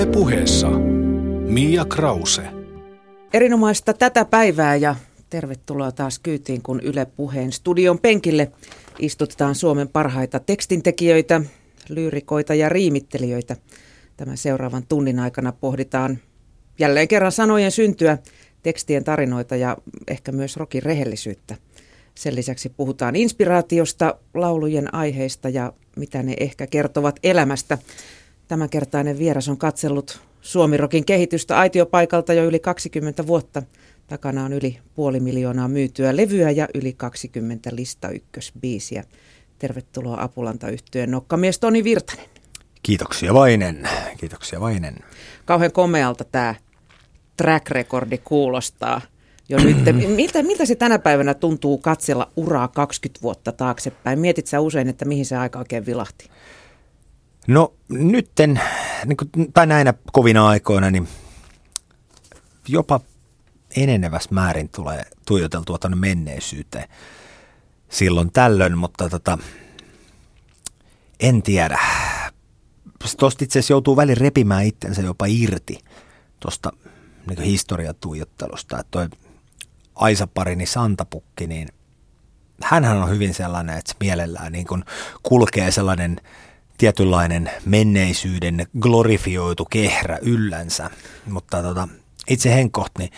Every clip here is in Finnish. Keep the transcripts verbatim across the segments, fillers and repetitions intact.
Puheessa Mia Krause. Erinomaista tätä päivää ja tervetuloa taas kyytiin, kun Yle Puheen studion penkille istutetaan Suomen parhaita tekstintekijöitä, lyyrikoita ja riimittelijöitä. Tämän seuraavan tunnin aikana pohditaan jälleen kerran sanojen syntyä, tekstien tarinoita ja ehkä myös rokin rehellisyyttä. Sen lisäksi puhutaan inspiraatiosta, laulujen aiheista ja mitä ne ehkä kertovat elämästä. Tämänkertainen vieras on katsellut suomirokin kehitystä aitiopaikalta jo yli kaksikymmentä vuotta. Takana on yli puoli miljoonaa myytyä levyä ja yli kaksikymmentä listaykkösbiisiä. Tervetuloa Apulanta-yhtyeen nokkamies Toni Virtanen. Kiitoksia vainen, kiitoksia vainen. Kauhean komealta tämä track-rekordi kuulostaa jo nyt. Miltä, miltä se tänä päivänä tuntuu katsella uraa kaksikymmentä vuotta taaksepäin? Mietit sä usein, että mihin se aika oikein vilahti? No nytten, niin kuin, tai näinä kovina aikoina, niin jopa enenevässä määrin tulee tuijoteltua tuonne menneisyyteen silloin tällöin, mutta tota, en tiedä. Tuosta itse asiassa joutuu välin repimään itsensä jopa irti tuosta niin historiatuijottelusta. Että toi Aisaparini Santapukki, niin hänhän on hyvin sellainen, että se mielellään niin kuin kulkee sellainen tietynlainen menneisyyden glorifioitu kehrä yllänsä. Mutta tota, itse henkkoht, niin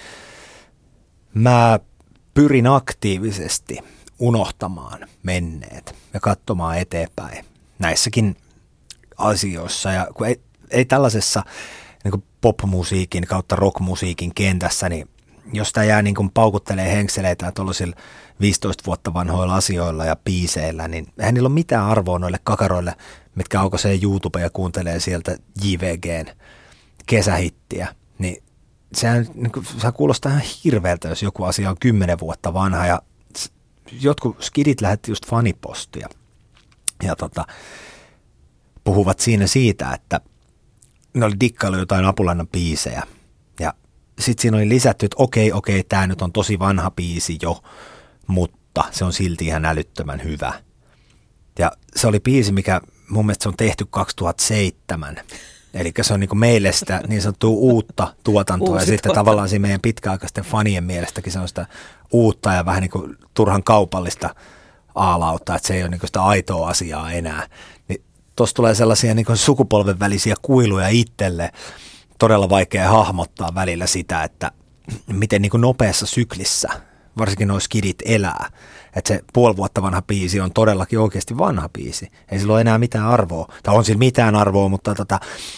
mä pyrin aktiivisesti unohtamaan menneet ja katsomaan eteenpäin näissäkin asioissa. Ja kun ei, ei tällaisessa niin kuin pop-musiikin kautta rock-musiikin kentässä, niin jos sitä jää niin kuin paukuttelee henkseleitä tuollaisilla viisitoista vuotta vanhoilla asioilla ja biiseillä, niin eihän niillä ole mitään arvoa noille kakaroille, mitkä aukaisee YouTube ja kuuntelee sieltä J V G:n kesähittiä. Niin sehän, niin kuin, sehän kuulostaa ihan hirveältä, jos joku asia on kymmenen vuotta vanha ja jotkut skidit lähetti just fanipostia ja tota, puhuvat siinä siitä, että ne oli dikkailu jotain Apulannan biisejä ja sitten siinä oli lisätty, että okei, okei, tämä nyt on tosi vanha biisi jo, mutta se on silti ihan älyttömän hyvä. Ja se oli biisi, mikä mun mielestä se on tehty kaksituhattaseitsemän. Eli se on niin kuin meille sitä niin sanottua uutta tuotantoa. Uusi ja sitten tuotanto. Tavallaan siinä meidän pitkäaikaisten fanien mielestäkin se on sitä uutta ja vähän niin kuin turhan kaupallista aalautta, että se ei ole niin kuin sitä aitoa asiaa enää. Niin tuossa tulee sellaisia niin kuin sukupolven välisiä kuiluja itselle. Todella vaikea hahmottaa välillä sitä, että miten niin kuin nopeassa syklissä varsinkin nuo skidit elää. Että se puoli vuotta vanha biisi on todellakin oikeasti vanha biisi. Ei sillä ole enää mitään arvoa. Tai on sillä mitään arvoa, mutta tota,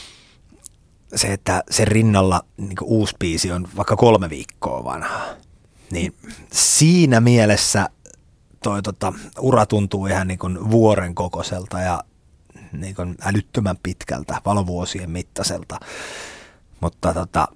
se, että sen rinnalla niin kuin uusi biisi on vaikka kolme viikkoa vanha. Niin siinä mielessä toi tota, ura tuntuu ihan niin kuin vuoren kokoiselta ja niin kuin älyttömän pitkältä, valovuosien mittaiselta. Mutta tota,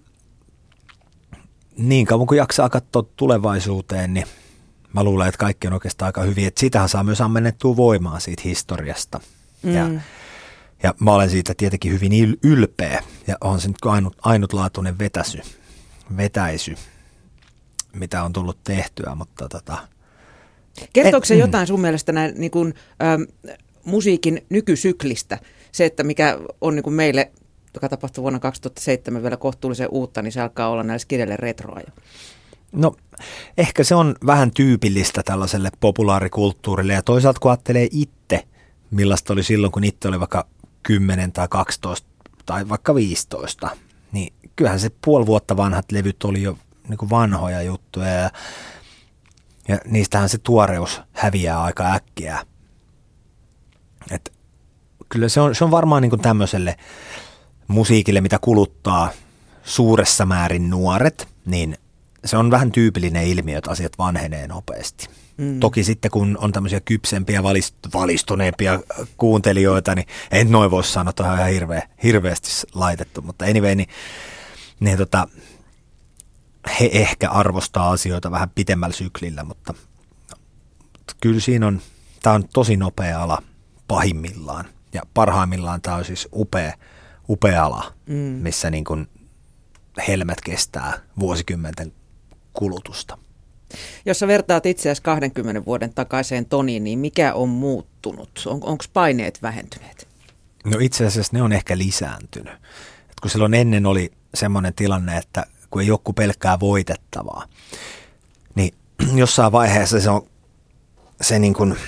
niin kauan kun jaksaa katsoa tulevaisuuteen, niin mä luulen, että kaikki on oikeastaan aika hyvin. Että siitähän saa myös ammennettua voimaa siitä historiasta. Mm. Ja, ja mä olen siitä tietenkin hyvin ylpeä. Ja on se nyt ainut, ainutlaatuinen vetäsy, vetäisy, mitä on tullut tehtyä. Mutta tota, kertooko se jotain sun mielestä näin, niin kuin, ähm, musiikin nykysyklistä? Se, että mikä on niin kuin meille, joka tapahtui vuonna kaksituhattaseitsemän vielä kohtuullisen uutta, niin se alkaa olla näillä skidelle retroa jo. No ehkä se on vähän tyypillistä tällaiselle populaarikulttuurille ja toisaalta kun ajattelee itse, millaista oli silloin, kun itse oli vaikka kymmenen tai kaksitoista tai vaikka viisitoista, niin kyllähän se puoli vuotta vanhat levyt oli jo niin kuin vanhoja juttuja ja, ja niistähän se tuoreus häviää aika äkkiä. Et kyllä se on, se on varmaan niin kuin tämmöiselle musiikille, mitä kuluttaa suuressa määrin nuoret, niin se on vähän tyypillinen ilmiö, että asiat vanhenee nopeasti. Mm. Toki sitten, kun on tämmöisiä kypsempiä, valist- valistuneempia kuuntelijoita, niin ei noin voi sanoa, että on ihan hirveä, hirveästi laitettu. Mutta anyway, niin, niin tota, he ehkä arvostaa asioita vähän pitemmällä syklillä, mutta, mutta kyllä siinä on, tämä on tosi nopea ala pahimmillaan. Ja parhaimmillaan tämä on siis upea, upea ala, mm. missä niin kuin helmet kestää vuosikymmenten kulutusta. Jos sä vertaat itseäsi kahdenkymmenen vuoden takaiseen Toniin, niin mikä on muuttunut? On, onko paineet vähentyneet? No itse asiassa ne on ehkä lisääntynyt. kun silloin ennen oli semmoinen tilanne, että kun ei joku pelkkää voitettavaa, niin jossain vaiheessa se on se niin kuin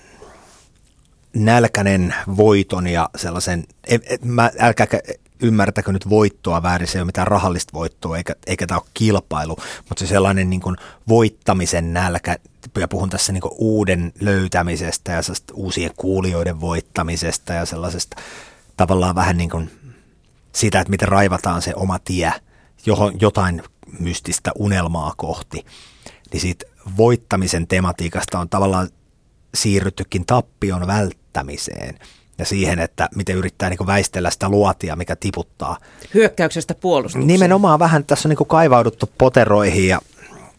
nälkäinen voiton ja sellaisen, et, et, mä, älkää ymmärtäkö nyt voittoa väärin, se ei ole mitään rahallista voittoa, eikä, eikä tämä ole kilpailu, mutta se sellainen niin kuin voittamisen nälkä, ja puhun tässä niin kuin uuden löytämisestä ja uusien kuulijoiden voittamisesta ja sellaisesta tavallaan vähän niin kuin siitä, että miten raivataan se oma tie johon jotain mystistä unelmaa kohti, niin siitä voittamisen tematiikasta on tavallaan siirryttykin tappion välttämiseen ja siihen, että miten yrittää niin kuin väistellä sitä luotia, mikä tiputtaa. Hyökkäyksestä puolustukseen. Nimenomaan vähän tässä on niin kuin kaivauduttu poteroihin ja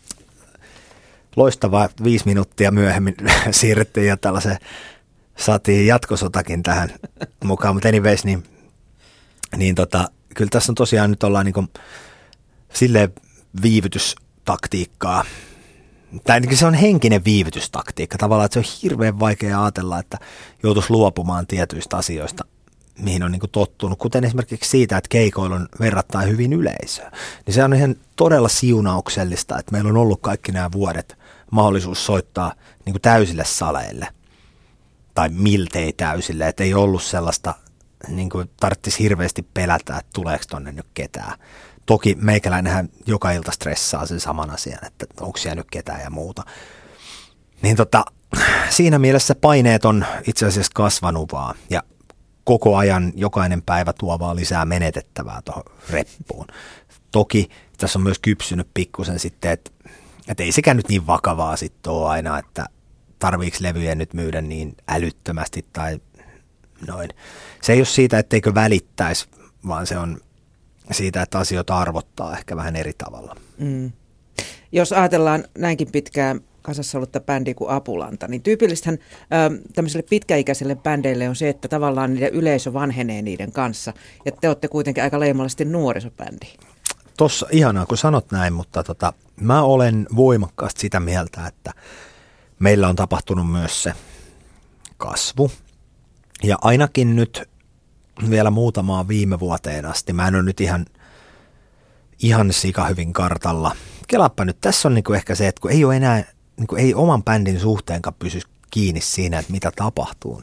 loistavaa viisi minuuttia myöhemmin siirryttiin ja tällaisen saatiin jatkosotakin tähän mukaan, mutta anyways, niin, niin tota, kyllä tässä on tosiaan nyt ollaan niin kuin silleen viivytystaktiikkaa. Tai se on henkinen viivytystaktiikka tavallaan, että se on hirveän vaikea ajatella, että joutuisi luopumaan tietyistä asioista, mihin on niin kuin tottunut, kuten esimerkiksi siitä, että keikoilla on verrattain hyvin yleisöä. Niin se on ihan todella siunauksellista, että meillä on ollut kaikki nämä vuodet mahdollisuus soittaa niin kuin täysille saleille tai miltei täysille, että ei ollut sellaista, niin kuin tarvitsisi hirveästi pelätä, että tuleeko tonne nyt ketään. Toki meikäläinenhän joka ilta stressaa sen saman asian, että onko siellä nyt ketään ja muuta. Niin tota, siinä mielessä paineet on itse asiassa kasvanut vaan ja koko ajan jokainen päivä tuo vaan lisää menetettävää tuohon reppuun. Toki tässä on myös kypsynyt pikkusen sitten, että, että ei sekään nyt niin vakavaa sitten ole aina, että tarviiko levyjä nyt myydä niin älyttömästi tai noin. Se ei ole siitä, etteikö välittäisi, vaan se on siitä, että asioita arvottaa ehkä vähän eri tavalla. Mm. Jos ajatellaan näinkin pitkään kasassa ollutta bändiä kuin Apulanta, niin tyypillistähän tämmöiselle pitkäikäiselle bändeille on se, että tavallaan niiden yleisö vanhenee niiden kanssa. Ja te olette kuitenkin aika leimallisesti nuorisobändi. Tossa ihanaa, kun sanot näin, mutta tota, mä olen voimakkaasti sitä mieltä, että meillä on tapahtunut myös se kasvu. Ja ainakin nyt vielä muutamaa viime vuoteen asti. Mä en ole nyt ihan, ihan sika hyvin kartalla. Kelaappa nyt, tässä on niinku ehkä se, että kun ei ole enää, niinku ei oman bändin suhteenkaan pysy kiinni siinä, että mitä tapahtuu.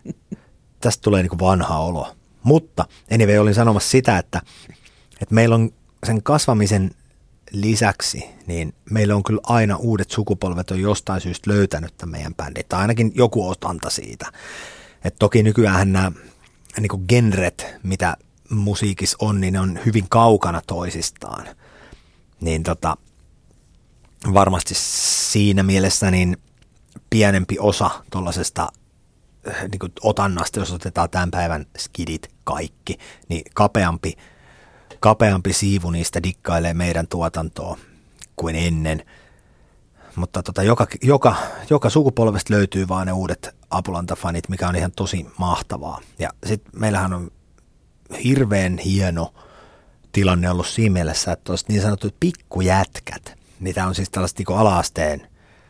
Tästä tulee niinku vanha olo. Mutta anyway, olin sanomassa sitä, että, että meillä on sen kasvamisen lisäksi, niin meillä on kyllä aina uudet sukupolvet on jostain syystä löytänyt tämän meidän bändin. Tai ainakin joku otanta siitä. Et toki nykyäänhän nämä niin kuin genret, mitä musiikissa on, niin ne on hyvin kaukana toisistaan. Niin tota, varmasti siinä mielessä niin pienempi osa tuollaisesta niin kuin otannasta, jos otetaan tämän päivän skidit kaikki, niin kapeampi, kapeampi siivu niistä dikkailee meidän tuotantoa kuin ennen. Mutta tota, joka, joka, joka sukupolvesta löytyy vaan ne uudet Apulanta-fanit, mikä on ihan tosi mahtavaa. Ja sitten meillähän on hirveän hieno tilanne ollut siinä mielessä, että tuosta niin sanotut pikkujätkät, niitä on siis tällaiset niin kuin ala-asteen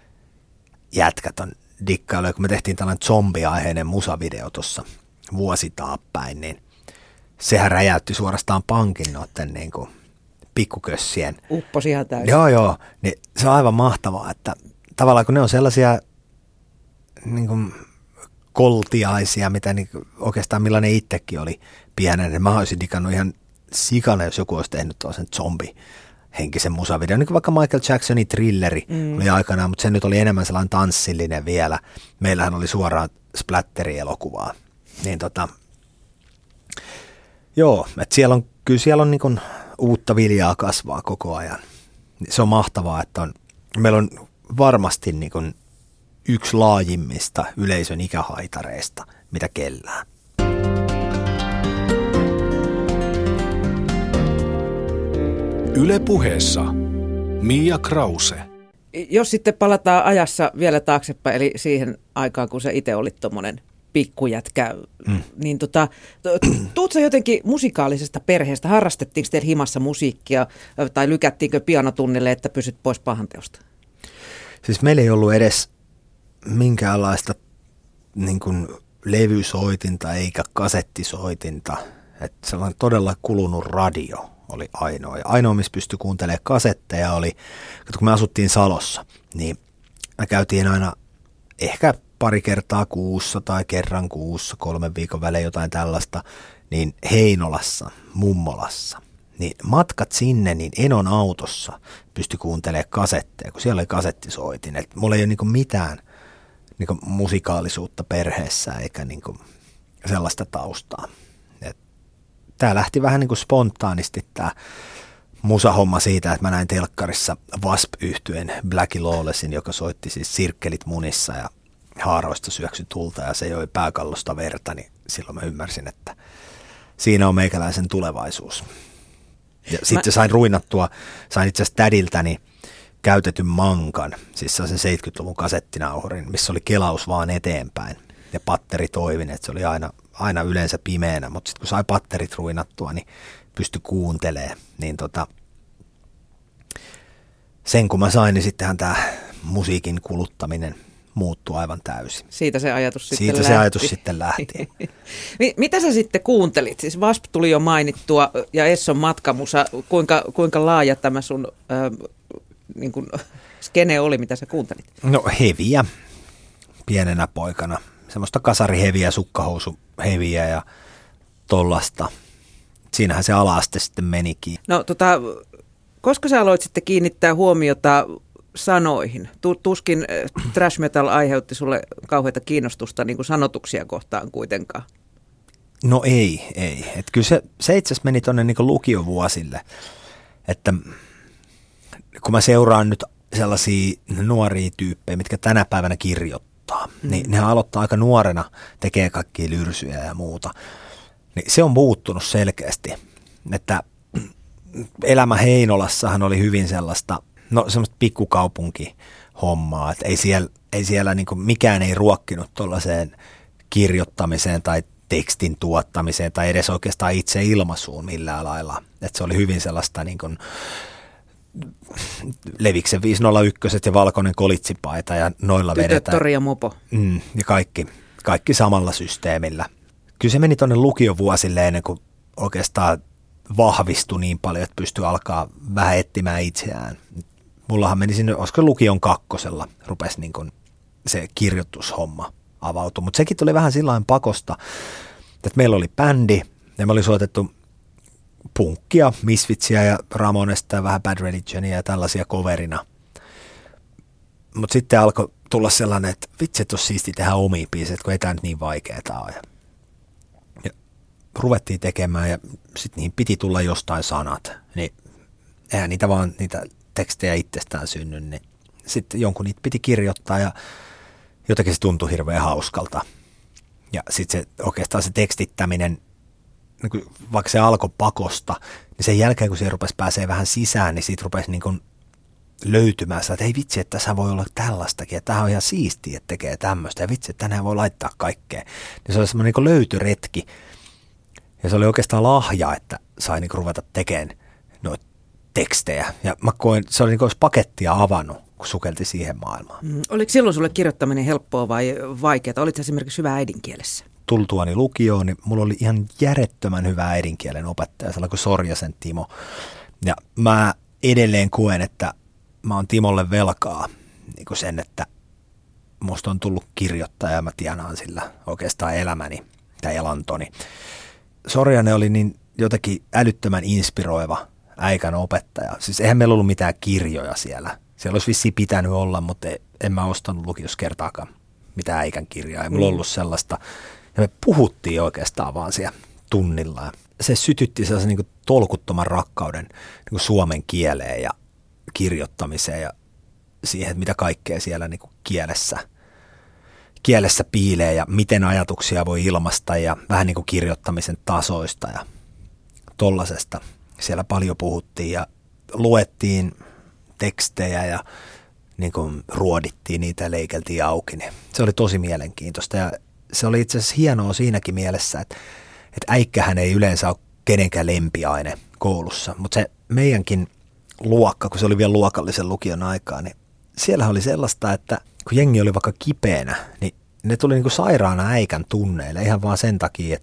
jätkät on dikkailuja, kun me tehtiin tällainen zombiaiheinen musavideo tuossa vuosi taappäin, niin sehän räjäytti suorastaan pankin noiden niin kuin pikkukössien. Upposi ihan täysin. Joo, joo. Niin se on aivan mahtavaa, että tavallaan kun ne on sellaisia niin kuin koltiaisia, mitä niin kuin, oikeastaan millainen itsekin oli pienen, niin mä olisin digannut ihan sikana, jos joku olisi tehnyt tuollaisen zombi-henkisen musavideon. Niin kuin vaikka Michael Jacksonin Thrilleri mm. oli aikanaan, mutta se nyt oli enemmän sellainen tanssillinen vielä. Meillähän oli suoraan splatteri-elokuvaa. Niin tota, joo, että siellä on, kyllä siellä on niin kuin uutta viljaa kasvaa koko ajan. Se on mahtavaa, että on, meillä on varmasti niin kuin yksi laajimmista yleisön ikähaitareista, mitä kellään. Yle Puheessa Mia Krause. Jos sitten palataan ajassa vielä taaksepäin, eli siihen aikaan, kun sä itse olit tommonen pikkujätkä, mm. niin tota, tuut sä jotenkin musikaalisesta perheestä? Harrastettiinko teillä himassa musiikkia tai lykättiinkö pianotunnille, että pysyt pois pahanteosta? Siis meillä ei ollut edes minkäänlaista niin kuin levysoitinta eikä kasettisoitinta. Että sellainen todella kulunut radio oli ainoa. Ja ainoa, missä pystyi kuuntelemaan kasetteja, oli, että kun me asuttiin Salossa, niin me käytiin aina ehkä pari kertaa kuussa tai kerran kuussa, kolmen viikon välein jotain tällaista, niin Heinolassa, mummolassa. Niin matkat sinne, niin Enon autossa pystyi kuuntelemaan kasetteja, kun siellä oli kasettisoitin. Että mulla ei ole niinku mitään niinku musikaalisuutta perheessä eikä niinku sellaista taustaa. Tämä lähti vähän niin kuin spontaanisti tämä musahomma siitä, että mä näin telkkarissa Wasp-yhtyeen Blackie Lawlessin, joka soitti siis sirkkelit munissa ja haaroista syöksy tulta ja se joi pääkallosta verta, niin silloin mä ymmärsin, että siinä on meikäläisen tulevaisuus. Ja sitten mä... sain ruinattua, sain itse asiassa tädiltäni käytetyn mankan, siis sen seitsemänkymmentäluvun kasettinauhurin, missä oli kelaus vaan eteenpäin ja patteri toivin, että se oli aina, aina yleensä pimeänä, mutta sitten kun sai patterit ruinattua, niin pystyi kuuntelemaan, niin tota, sen kun mä sain, niin sittenhän tämä musiikin kuluttaminen muuttui aivan täysin. Siitä se ajatus sitten Siitä lähti. se ajatus sitten lähti. Mitä sä sitten kuuntelit? Siis Wasp tuli jo mainittua ja Esson matkamusa. Kuinka, kuinka laaja tämä sun äh, niin kuin skene oli, mitä sä kuuntelit? No heviä pienenä poikana. Semmoista kasariheviä, sukkahousuheviä ja tollasta. Siinähän se ala-aste sitten menikin. No tota, koska sä aloit sitten kiinnittää huomiota sanoihin? Tuskin thrash metal aiheutti sulle kauheata kiinnostusta niin kuin sanotuksia kohtaan kuitenkaan. No ei, ei. Et kyllä se, se itse asiassa meni tuonne niin kuin lukiovuosille. Että kun mä seuraan nyt sellaisia nuoria tyyppejä, mitkä tänä päivänä kirjoittaa, mm. niin ne aloittaa aika nuorena, tekee kaikkia lyrsyjä ja muuta. Niin se on muuttunut selkeästi, että elämä Heinolassahan oli hyvin sellaista, no semmoista pikkukaupunkihommaa, että ei siellä, ei siellä niin kuin mikään ei ruokkinut tuollaiseen kirjoittamiseen tai tekstin tuottamiseen tai edes oikeastaan itse ilmaisuun millään lailla. Että se oli hyvin sellaista niin kuin Leviksen viisi nolla yksi ja valkoinen kolitsipaita ja noilla Tytöt, vedetään. tori ja mopo. Mm, ja kaikki, kaikki samalla systeemillä. Kyllä se meni tuonne lukiovuosille ennen kuin oikeastaan vahvistui niin paljon, että pystyi alkaa vähän etsimään itseään. Mullahan meni sinne, olisiko lukion kakkosella, rupesi niin kuin se kirjoitushomma avautui. Mutta sekin tuli vähän sillain pakosta, että meillä oli bändi ja me oli soitettu punkkia, Misfitsiä ja Ramonesta ja vähän Bad Religionia ja tällaisia coverina. Mutta sitten alkoi tulla sellainen, että vitsi, että olisi siisti tehdä omia biisejä, kun ei tämä nyt niin vaikeaa ole. Ja ruvettiin tekemään ja sitten niihin piti tulla jostain sanat. Niin eihän niitä vaan niitä tekstejä itsestään synny, niin sitten jonkun niitä piti kirjoittaa ja jotenkin se tuntui hirveän hauskalta. Ja sitten se, oikeastaan se tekstittäminen, niin vaikka se alkoi pakosta, niin sen jälkeen kun se rupesi pääsee vähän sisään, niin siitä rupesi niin kuin löytymään sitä, että ei vitsi, että tässä voi olla tällaistakin, että tämähän on ihan siistiä, että tekee tämmöistä, ja vitsi, että tänään voi laittaa kaikkea. Niin se oli semmoinen niin kuin löytöretki, ja se oli oikeastaan lahja, että sai niin kuin ruveta tekemään noita tekstejä. Ja mä koin, se oli niin kuin olisi pakettia avannut, kun sukelti siihen maailmaan. Mm. Oliko silloin sulle kirjoittaminen helppoa vai vaikeaa? Olitko esimerkiksi hyvä äidinkielessä? Tultuani lukioon, niin mulla oli ihan järjettömän hyvä äidinkielen opettaja, sellainen kuin Sorjasen Timo. Ja mä edelleen koen, että mä oon Timolle velkaa niin kuin sen, että musta on tullut kirjoittaja ja mä tienaan sillä oikeastaan elämäni tai elantoni. Sorjanen oli niin jotenkin älyttömän inspiroiva äikän opettaja. Siis eihän meillä ollut mitään kirjoja siellä. Siellä olisi vissiin pitänyt olla, mutta en mä ostanut lukiossa kertaakaan mitään äikän kirjaa. Ei mulla ollut sellaista. Ja me puhuttiin oikeastaan vaan siellä tunnilla. Se sytytti sellaisen niin kuin tolkuttoman rakkauden niin kuin suomen kieleen ja kirjoittamiseen ja siihen, että mitä kaikkea siellä niin kuin kielessä, kielessä piilee ja miten ajatuksia voi ilmaista ja vähän niin kuin kirjoittamisen tasoista ja tollasesta. Siellä paljon puhuttiin ja luettiin tekstejä ja niin kuin ruodittiin niitä ja leikeltiin auki. Niin se oli tosi mielenkiintoista ja se oli itse asiassa hienoa siinäkin mielessä, että, että äikkähän ei yleensä ole kenenkään lempiaine koulussa, mutta se meidänkin luokka, kun se oli vielä luokallisen lukion aikaa, niin siellä oli sellaista, että kun jengi oli vaikka kipeänä, niin ne tuli niin kuin sairaana äikän tunneille ihan vaan sen takia, että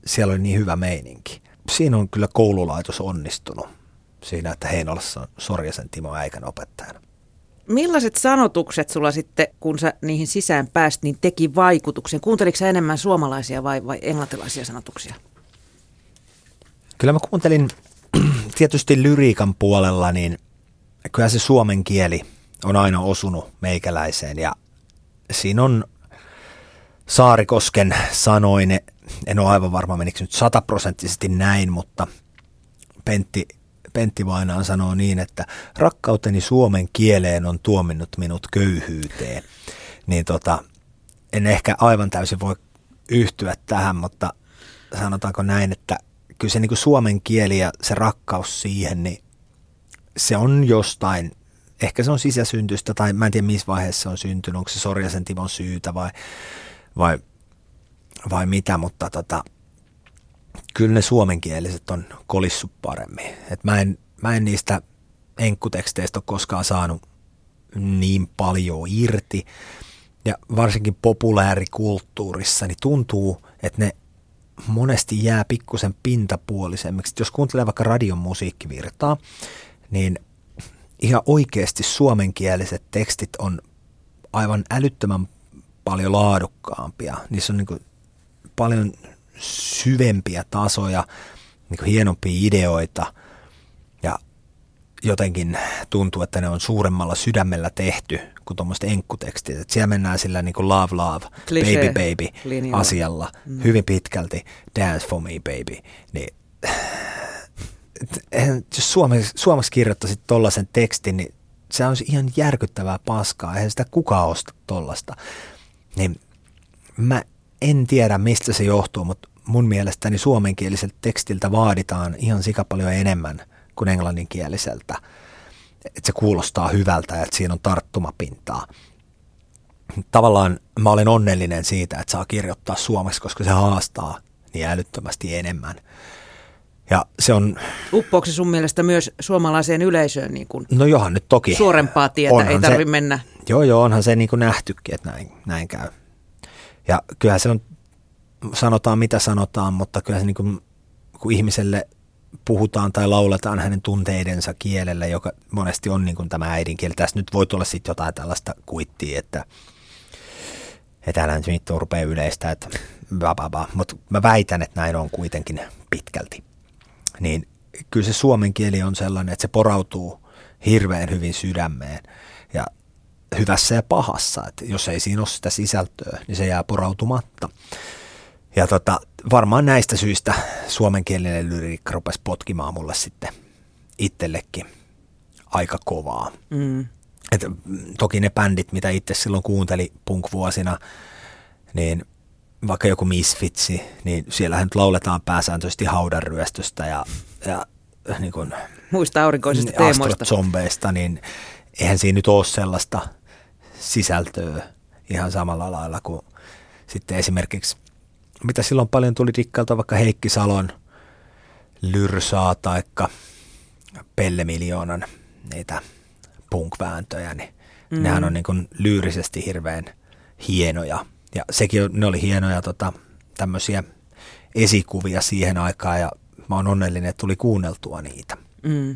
siellä oli niin hyvä meininki. Siinä on kyllä koululaitos onnistunut siinä, että Heinolassa on Sorjasen Timo Äikän opettajana. Millaiset sanotukset sulla sitten, kun sä niihin sisään pääst, niin teki vaikutuksen? Kuunteliko sä enemmän suomalaisia vai, vai englantilaisia sanotuksia? Kyllä mä kuuntelin tietysti lyriikan puolella, niin kyllä se suomen kieli on aina osunut meikäläiseen. Ja siinä on Saarikosken sanoin, en ole aivan varma menikö nyt sataprosenttisesti näin, mutta Pentti, Pentti Vainaan sanoo niin, että rakkauteni suomen kieleen on tuominnut minut köyhyyteen. Niin tota, en ehkä aivan täysin voi yhtyä tähän, mutta sanotaanko näin, että kyllä se niin kuin suomen kieli ja se rakkaus siihen, niin se on jostain, ehkä se on sisäsyntystä tai mä en tiedä missä vaiheessa se on syntynyt, onko se Sorjasen Timon syytä vai, vai, vai mitä, mutta tota, kyllä ne suomenkieliset on kolissut paremmin. Et mä, en, mä en niistä enkkuteksteistä ole koskaan saanut niin paljon irti ja varsinkin populaarikulttuurissa niin tuntuu, että ne monesti jää pikkusen pintapuolisemmiksi. Jos kuuntelee vaikka radion musiikkivirtaa, niin ihan oikeasti suomenkieliset tekstit on aivan älyttömän paljon laadukkaampia. Niissä on niin kuin paljon syvempiä tasoja, niin kuin hienompia ideoita ja jotenkin tuntuu, että ne on suuremmalla sydämellä tehty kuin tuommoiset enkkutekstit. Et siellä mennään sillä niin kuin love, love, Cliché. baby, baby linjalla. Asialla mm. hyvin pitkälti dance for me, baby. Niin, jos suomeksi, suomeksi kirjoittaisit tollaisen tekstin, niin se on ihan järkyttävää paskaa. Eihän sitä kukaan osta tollasta. Niin mä en tiedä, mistä se johtuu, mutta mun mielestäni suomenkieliseltä tekstiltä vaaditaan ihan sika paljon enemmän kuin englanninkieliseltä. Että se kuulostaa hyvältä ja että siinä on tarttumapintaa. Tavallaan mä olen onnellinen siitä, että saa kirjoittaa suomeksi, koska se haastaa niin älyttömästi enemmän. Ja se on... Uppoako se sun mielestä myös suomalaiseen yleisöön niin kuin no johan nyt toki. Suorempaa tietä, onhan ei tarvitse mennä? Joo, joo, onhan se niin kuin nähtykin, että näin, näin käy. Ja kyllähän se on, sanotaan mitä sanotaan, mutta kyllä se niin kuin, kun ihmiselle puhutaan tai lauletaan hänen tunteidensa kielellä, joka monesti on niin kuin tämä äidinkieli. Tässä nyt voi tulla sitten jotain tällaista kuittia, että että älä nyt mitään rupea yleistä, että mutta mä väitän, että näin on kuitenkin pitkälti. Niin kyllä se suomen kieli on sellainen, että se porautuu hirveän hyvin sydämeen ja hyvässä ja pahassa, että jos ei siinä ole sitä sisältöä, niin se jää porautumatta. Ja tota, varmaan näistä syistä suomenkielinen lyriikka rupesi potkimaan mulle sitten itsellekin aika kovaa. Mm. Et, toki ne bändit, mitä itse silloin kuunteli punk-vuosina, niin vaikka joku Misfitsi, niin siellähän nyt lauletaan pääsääntöisesti haudanryöstöstä ja, ja niin kuin muista aurinkoisista teemoista. Astrozombeista, niin eihän siinä nyt ole sellaista sisältöä ihan samalla lailla kuin sitten esimerkiksi, mitä silloin paljon tuli dikkailta vaikka Heikki Salon Lyrsaa taikka Pelle Miljoonan niitä punk-vääntöjä, niin mm. nehän on niin kuin lyyrisesti hirveän hienoja. Ja sekin, ne oli hienoja tota, tämmöisiä esikuvia siihen aikaan ja mä oon onnellinen, että tuli kuunneltua niitä. Mm.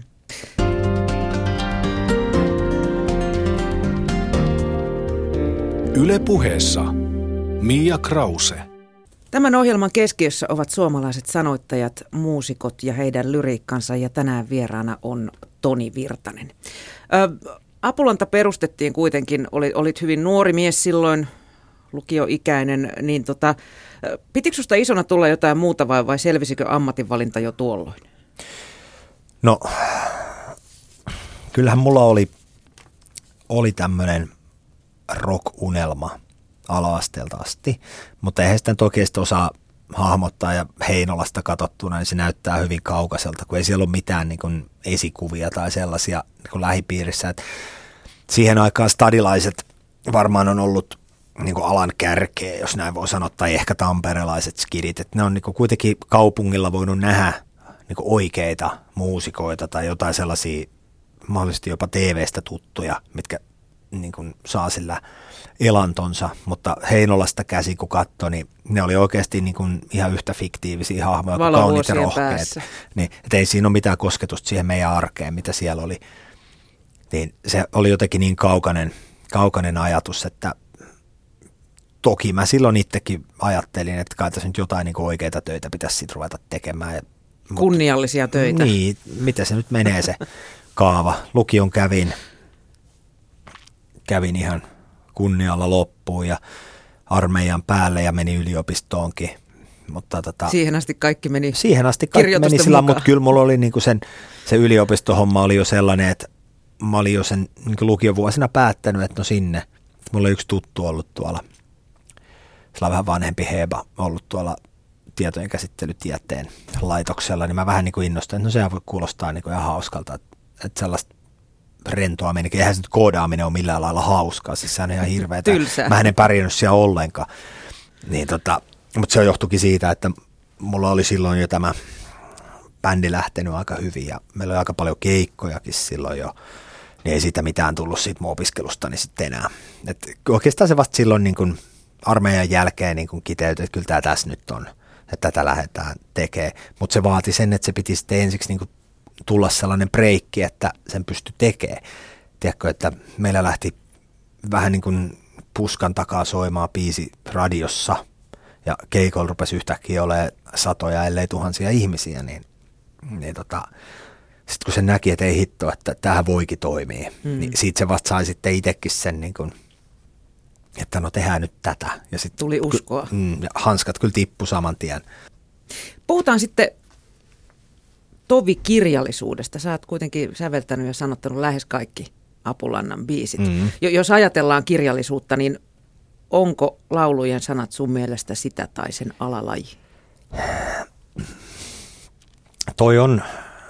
Yle Puheessa Mia Krause. Tämän ohjelman keskiössä ovat suomalaiset sanoittajat, muusikot ja heidän lyriikkansa ja tänään vieraana on Toni Virtanen. Ö, Apulanta perustettiin kuitenkin, olit, olit hyvin nuori mies silloin, lukioikäinen, niin tota, pitikö susta isona tulla jotain muuta vai, vai selvisikö ammatinvalinta jo tuolloin? No, kyllähän mulla oli, oli tämmöinen rock-unelma ala-asteelta asti, mutta eihän sitä nyt oikeasti osaa hahmottaa ja Heinolasta katsottuna, niin se näyttää hyvin kaukaiselta, kun ei siellä ole mitään niin kuin esikuvia tai sellaisia niin kuin lähipiirissä. Et siihen aikaan stadilaiset varmaan on ollut niin kuin alan kärkeä, jos näin voi sanoa, tai ehkä tamperelaiset skidit. Et ne on niin kuin kuitenkin kaupungilla voinut nähdä niin kuin oikeita muusikoita tai jotain sellaisia mahdollisesti jopa T V:stä tuttuja, mitkä niin kuin saa sillä elantonsa, mutta Heinolasta käsi kun katsoi, niin ne oli oikeasti niin kuin ihan yhtä fiktiivisiä hahmoja kuin kauniit ja rohkeat. Niin, et ei siinä ole mitään kosketusta siihen meidän arkeen, mitä siellä oli. Niin se oli jotenkin niin kaukainen, kaukainen ajatus, että toki mä silloin itsekin ajattelin, että kai tässä nyt jotain niin kuin oikeita töitä pitäisi sitten ruveta tekemään. Ja, kunniallisia mutta, töitä. Niin, miten se nyt menee se kaava. Lukion kävin, kävin ihan kunnialla loppuun ja armeijan päälle ja meni yliopistoonkin. Mutta tota, siihen asti kaikki meni Siihen asti kaikki meni sillä, mutta kyllä mulla oli niinku sen, se yliopistohomma oli jo sellainen, että mä olin jo sen niin lukiovuosina päättänyt, että no sinne. Mulla oli yksi tuttu ollut tuolla, sillä on vähän vanhempi Heba ollut tuolla tietojen käsittelytieteen laitoksella, niin mä vähän niin kuin innostuin, että no sehän voi kuulostaa niin kuin ihan hauskalta, että, että sellaista rentoa menikin. Eihän se nyt koodaaminen ole millään lailla hauskaa, siis sehän on ihan hirveätä. Mä en pärjännyt siellä ollenkaan. Niin tota, mutta se johtuikin siitä, että mulla oli silloin jo tämä bändi lähtenyt aika hyvin ja meillä oli aika paljon keikkojakin silloin jo, niin ei siitä mitään tullut siitä mun opiskelustani sitten enää. Et oikeastaan se vasta silloin niin kuin armeijan jälkeen niin kuin kiteytyi, että kyllä tämä tässä nyt on, että tätä lähdetään tekemään. Mutta se vaati sen, että se piti sitten ensiksi niin kuin tulla sellainen breikki, että sen pystyi tekemään. Tiedätkö, että meillä lähti vähän niin kuin puskan takaa soimaan biisi radiossa ja keikoilla rupesi yhtäkkiä olemaan satoja, ellei tuhansia ihmisiä, niin, niin tota, sitten kun se näki, että ei hitto, että tämähän voikin toimia, mm. niin siitä se vasta sai sitten itsekin sen, niin kuin, että no tehdään nyt tätä. Ja sit, tuli uskoa. Mm, ja hanskat kyllä tippu saman tien. Puhutaan sitten Tovi-kirjallisuudesta. Sä oot kuitenkin säveltänyt ja sanottanut lähes kaikki Apulannan biisit. Mm. Jos ajatellaan kirjallisuutta, niin onko laulujen sanat sun mielestä sitä tai sen alalaji? Toi on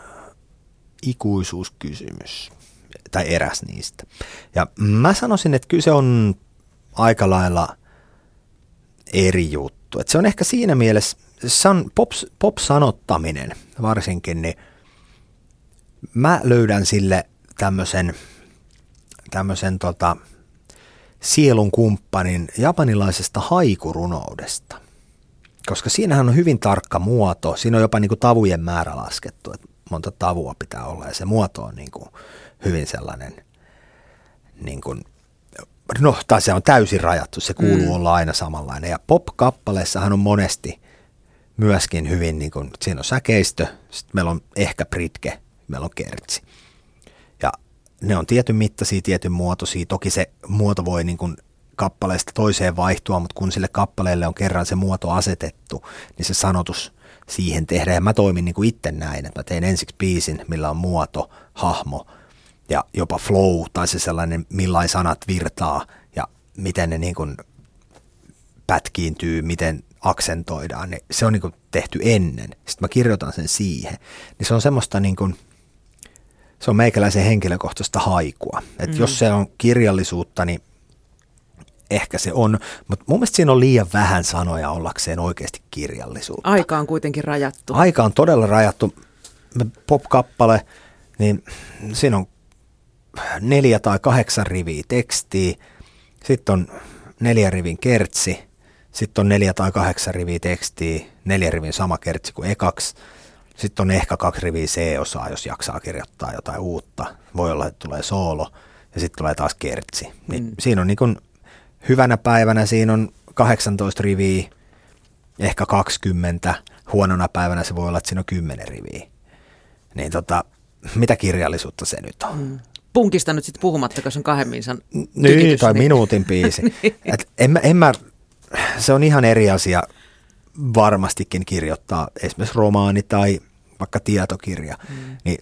ikuisuuskysymys, tai eräs niistä. Ja mä sanoisin, että kyllä se on aika lailla eri juttu. Että se on ehkä siinä mielessä, se on pop, pop-sanottaminen varsinkin, niin mä löydän sille tämmöisen, tämmöisen tota, sielun kumppanin japanilaisesta haikurunoudesta. Koska siinähän on hyvin tarkka muoto, siinä on jopa niin kuin tavujen määrä laskettu, että monta tavua pitää olla ja se muoto on niin kuin hyvin sellainen, niin kuin, no tai se on täysin rajattu, se kuuluu mm. olla aina samanlainen. Ja pop-kappaleissahan on monesti myöskin hyvin, niin kuin, siinä on säkeistö, sitten meillä on ehkä britke, meillä on kertsi. Ja ne on tietyn mittaisia, tietyn muotoisia, toki se muoto voi niin kuin kappaleesta toiseen vaihtua, mutta kun sille kappaleelle on kerran se muoto asetettu, niin se sanotus siihen tehdään. Ja mä toimin niin kuin itse näin, että mä teen ensiksi biisin, millä on muoto, hahmo ja jopa flow tai se sellainen, millain sanat virtaa ja miten ne niin kuin pätkiintyy, miten aksentoidaan. Niin se on niin kuin tehty ennen. Sitten mä kirjoitan sen siihen. Niin se on semmoista niin kuin, se on meikäläisen henkilökohtaista haikua. Että mm. jos se on kirjallisuutta, niin ehkä se on, mutta mun mielestä siinä on liian vähän sanoja ollakseen oikeasti kirjallisuutta. Aika on kuitenkin rajattu. Aika on todella rajattu. Pop-kappale, niin siinä on neljä tai kahdeksan riviä tekstiä, sitten on neljä rivin kertsi, sitten on neljä tai kahdeksan riviä tekstiä, neljä rivin sama kertsi kuin ekaksi, sitten on ehkä kaksi riviä C-osaa, jos jaksaa kirjoittaa jotain uutta. Voi olla, että tulee soolo ja sitten tulee taas kertsi. Niin mm. Siinä on niin kuin hyvänä päivänä siinä on kahdeksantoista riviä, ehkä kaksikymmentä. Huonona päivänä se voi olla, että siinä on kymmenen riviä. Niin tota, mitä kirjallisuutta se nyt on? Mm. Punkista nyt sitten puhumattakaan, se on kahden minsan Niin, tai niin. minuutin biisi. niin. Et en, en mä, se on ihan eri asia varmastikin kirjoittaa esimerkiksi romaani tai vaikka tietokirja. Mm. Niin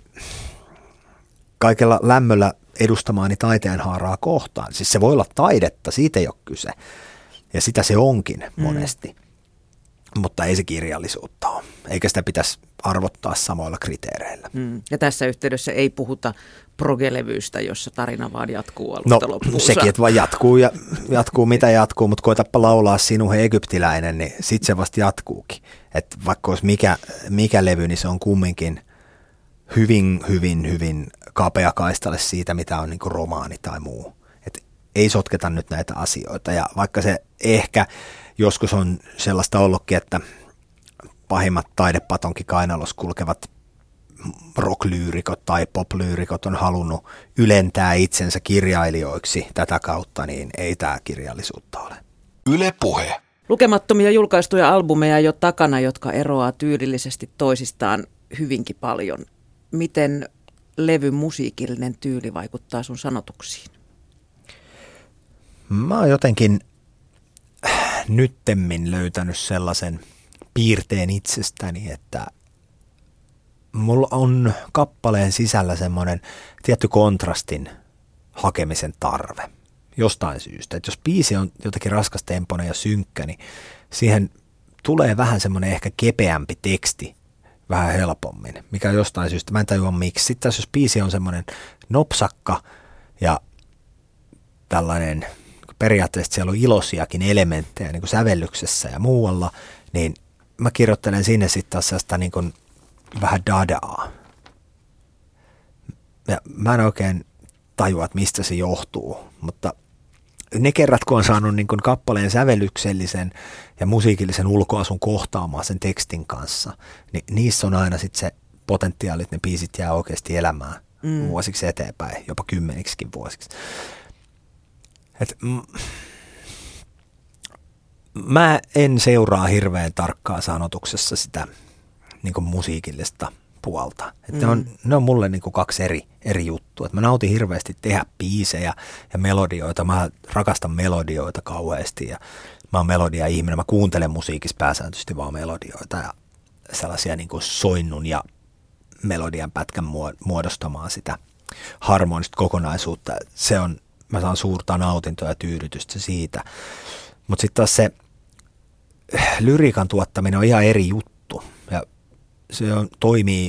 kaikella lämmöllä edustamaani taiteenhaaraa kohtaan. Siis se voi olla taidetta, siitä ei ole kyse. Ja sitä se onkin monesti. Mm. Mutta ei se kirjallisuutta ole. Eikä sitä pitäisi arvottaa samoilla kriteereillä. Mm. Ja tässä yhteydessä ei puhuta progelevyistä, jossa tarina vaan jatkuu alusta no, loppuun. Sekin, että vaan jatkuu ja jatkuu mitä jatkuu, mutta koetapa laulaa Sinuhe egyptiläinen, niin sitten se vasta jatkuukin. Että vaikka olisi mikä, mikä levy, niin se on kumminkin hyvin, hyvin, hyvin kapea kaistalle siitä, mitä on niin kuin romaani tai muu. Et ei sotketa nyt näitä asioita. Ja vaikka se ehkä joskus on sellaista ollutkin, että pahimmat taidepatonkin kainalossa kulkevat rocklyyrikot tai poplyyrikot on halunnut ylentää itsensä kirjailijoiksi tätä kautta, niin ei tämä kirjallisuutta ole. Yle Puhe. Lukemattomia julkaistuja albumeja jo takana, jotka eroaa tyylillisesti toisistaan hyvinkin paljon. Miten levyn musiikillinen tyyli vaikuttaa sun sanotuksiin? Mä oon jotenkin nyttemmin löytänyt sellaisen piirteen itsestäni, että mulla on kappaleen sisällä semmoinen tietty kontrastin hakemisen tarve jostain syystä. Että jos biisi on jotenkin raskastempoinen ja synkkä, niin siihen tulee vähän semmoinen ehkä kepeämpi teksti vähän helpommin, mikä on jostain syystä. Mä en tajua miksi. Sitten jos biisi on semmoinen nopsakka ja tällainen, periaatteessa siellä on ilosiakin elementtejä niin kuin sävellyksessä ja muualla, niin mä kirjoittelen sinne sitten taas sellaista niin kuin vähän dadaa. Ja mä en oikein tajua, että mistä se johtuu, mutta ne kerrat, kun on saanut niin kuin kappaleen sävellyksellisen ja musiikillisen ulkoasun kohtaamaan sen tekstin kanssa, niin niissä on aina sitten se potentiaali, että ne biisit jää oikeasti elämään mm. vuosiksi eteenpäin, jopa kymmeniksikin vuosiksi. Et, mm, mä en seuraa hirveän tarkkaa sanotuksessa sitä niin kuin musiikillista puolta. Et mm. ne, on, ne on mulle niin kuin kaksi eri, eri juttua. Et mä nautin hirveästi tehdä biisejä ja melodioita. Mä rakastan melodioita kauheasti ja mä oon melodia-ihminen. Mä kuuntelen musiikissa pääsääntöisesti vaan melodioita ja sellaisia niin kuin soinnun ja melodian pätkän muodostamaan sitä harmonista kokonaisuutta. Se on, mä saan suurta nautintoa ja tyydytystä siitä. Mutta sitten taas se lyriikan tuottaminen on ihan eri juttu ja se on, toimii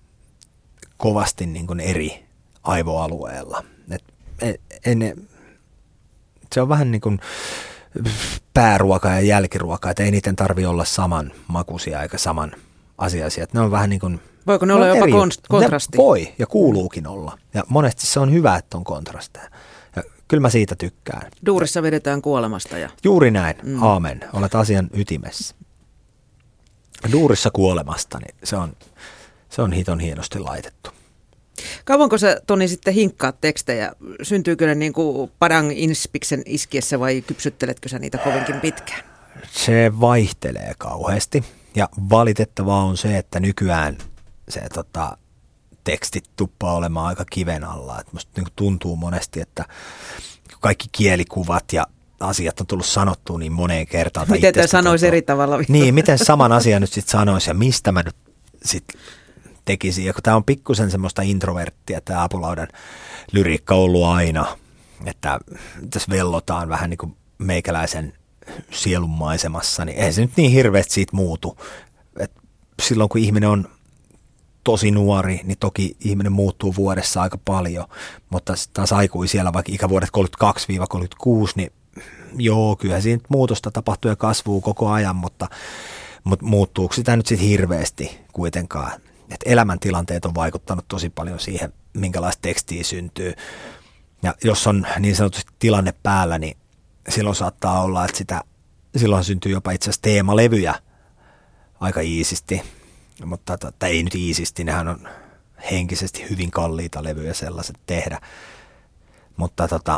kovasti niin kuin eri aivoalueella. Et en, se on vähän niin kuin pääruoka ja jälkiruoka, että ei niiden tarvitse olla saman makuisia eikä saman asiaisia. Ne on vähän niin kuin, voiko ne olla jopa kontrasti? Ne voi ja kuuluukin olla. Ja monesti se on hyvä, että on kontrasteja. Ja kyllä mä siitä tykkään. Duurissa vedetään kuolemasta. Ja... Juuri näin. Mm. Aamen. Olet asian ytimessä. Duurissa kuolemasta, niin se on, se on hiton hienosti laitettu. Kauanko sä, Toni, sitten hinkkaat tekstejä? Syntyykö ne niin kuin padang inspiksen iskiessä vai kypsytteletkö sä niitä kovinkin pitkään? Se vaihtelee kauheasti ja valitettavaa on se, että nykyään se tota, tekstit tuppaa olemaan aika kiven alla. Et musta niin kuin tuntuu monesti, että kaikki kielikuvat ja asiat on tullut sanottua niin moneen kertaan. Miten tämä sanoisi eri tavalla? Niin, miten saman asian nyt sitten sanoisi ja mistä mä nyt sitten tekisin. Ja kun tämä on pikkusen semmoista introverttia, tämä Apulaudan lyriikka on ollut aina, että tässä vellotaan vähän niin kuin meikäläisen sielun maisemassa, niin ei se nyt niin hirveästi siitä muutu. Et silloin kun ihminen on tosi nuori, niin toki ihminen muuttuu vuodessa aika paljon, mutta taas aikuisilla vaikka ikävuodet kolmekymmentäkaksi kolmekymmentäkuusi, niin joo, kyllä siinä muutosta tapahtuu ja kasvuu koko ajan, mutta, mutta muuttuuko sitä nyt sitten hirveästi kuitenkaan? Et elämäntilanteet on vaikuttanut tosi paljon siihen, minkälaista tekstiä syntyy. Ja jos on niin sanotusti tilanne päällä, niin silloin saattaa olla, että sitä, silloin syntyy jopa itse asiassa teemalevyjä aika iisisti. Mutta tota, ei nyt iisisti, nehän on henkisesti hyvin kalliita levyjä sellaiset tehdä. Mutta tota,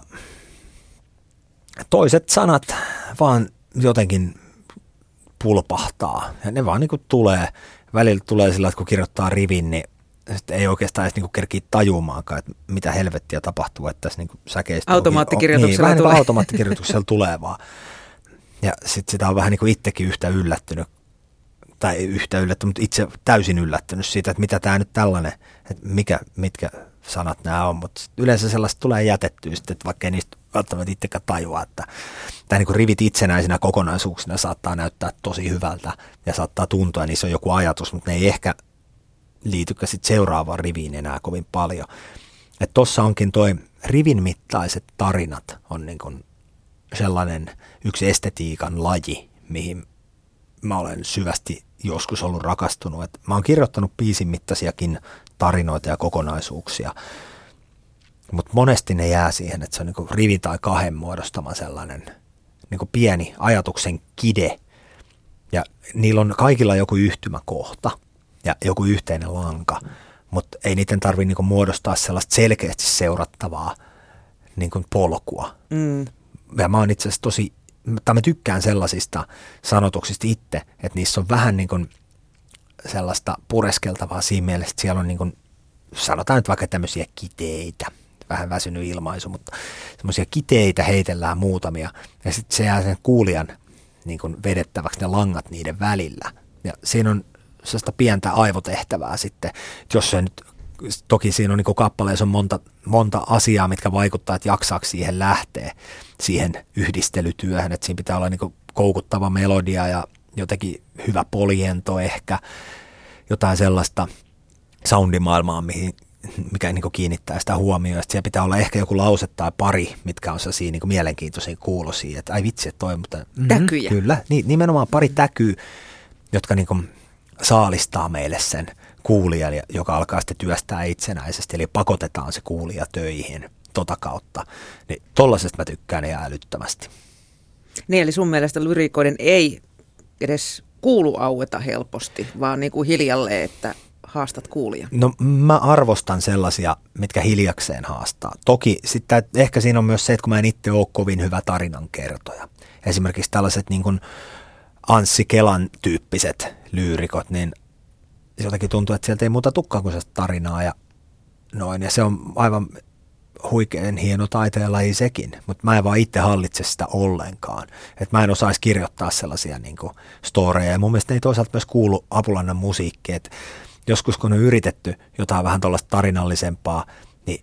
toiset sanat vaan jotenkin pulpahtaa ja ne vaan niinku tulee. Välillä tulee sillä, että kun kirjoittaa rivin, niin ei oikeastaan edes niinku kerkiä tajumaankaan, että mitä helvettiä tapahtuu, että tässä niinku säkeistä automaattikirjoituksella niin, tulee. Vähän automaattikirjoituksella tulee vaan. Ja sitten sitä on vähän niin kuin itsekin yhtä yllättynyt, tai yhtä yllättynyt, mutta itse täysin yllättynyt siitä, että mitä tämä nyt tällainen, että mikä, mitkä sanat nämä on, mutta yleensä sellaista tulee jätettyä sitten, että vaikka ei niistä välttämättä itsekään tajua, että tämä niin kuin rivit itsenäisenä kokonaisuuksina saattaa näyttää tosi hyvältä ja saattaa tuntua, ja niissä on joku ajatus, mutta ne ei ehkä liitykään sitten seuraavaan riviin enää kovin paljon. Että tossa onkin toi rivin mittaiset tarinat on niin kuin sellainen yksi estetiikan laji, mihin mä olen syvästi joskus ollut rakastunut. Et mä oon kirjoittanut biisin mittaisiakin tarinoita ja kokonaisuuksia. mutta monesti ne jää siihen, että se on niin kuin rivi tai kahden muodostama sellainen niin kuin pieni ajatuksen kide. Ja niillä on kaikilla joku yhtymäkohta ja joku yhteinen lanka, mutta ei niiden tarvitse niin kuin muodostaa sellaista selkeästi seurattavaa niin kuin polkua. Mm. Ja mä oon itse asiassa tosi, tai mä tykkään sellaisista sanotuksista itse, että niissä on vähän niin kuin sellaista pureskeltavaa siinä mielessä, että siellä on niin kuin, sanotaan nyt vaikka tämmöisiä kiteitä, vähän väsynyt ilmaisu, mutta semmoisia kiteitä heitellään muutamia ja sitten se jää sen kuulijan niin kuin vedettäväksi ne langat niiden välillä. Ja siinä on sellaista pientä aivotehtävää sitten, jos se nyt, toki siinä on niin kuin kappaleessa on monta, monta asiaa, mitkä vaikuttaa, että jaksaako siihen lähteä siihen yhdistelytyöhön, että siinä pitää olla niin kuin koukuttava melodia ja jotenkin hyvä poljento ehkä, jotain sellaista soundimaailmaa, mihin, mikä niin kuin kiinnittää sitä huomioon. Sitten siellä pitää olla ehkä joku lause tai pari, mitkä on sellaisia niin kuin mielenkiintoisia kuulosia, että ai vitsi, että toi, mutta mm, täkyjä. Kyllä, niin, nimenomaan pari täkyä, jotka niin kuin saalistaa meille sen kuulijan, joka alkaa sitten työstää itsenäisesti, eli pakotetaan se kuulija töihin tota kautta. Niin tollaisesta mä tykkään ihan älyttömästi. Niin, eli sun mielestä lyriikoiden ei edes kuulu aueta helposti, vaan niin kuin hiljalleen, että haastat kuulijan? No mä arvostan sellaisia, mitkä hiljakseen haastaa. Toki sitten ehkä siinä on myös se, että kun mä en itse ole kovin hyvä tarinankertoja. Esimerkiksi tällaiset niin kuin Anssi Kelan tyyppiset lyyrikot, niin jotenkin tuntuu, että sieltä ei muuta tukkaa kuin sellaista tarinaa ja noin. Ja se on aivan huikean hieno taiteenlaji sekin, mutta mä en vaan itse hallitse sitä ollenkaan. Että mä en osaisi kirjoittaa sellaisia niin kuin storeja. Ja mun mielestä ne ei toisaalta myös kuulu Apulannan musiikkiin. Et joskus kun on yritetty jotain vähän tuollaista tarinallisempaa, niin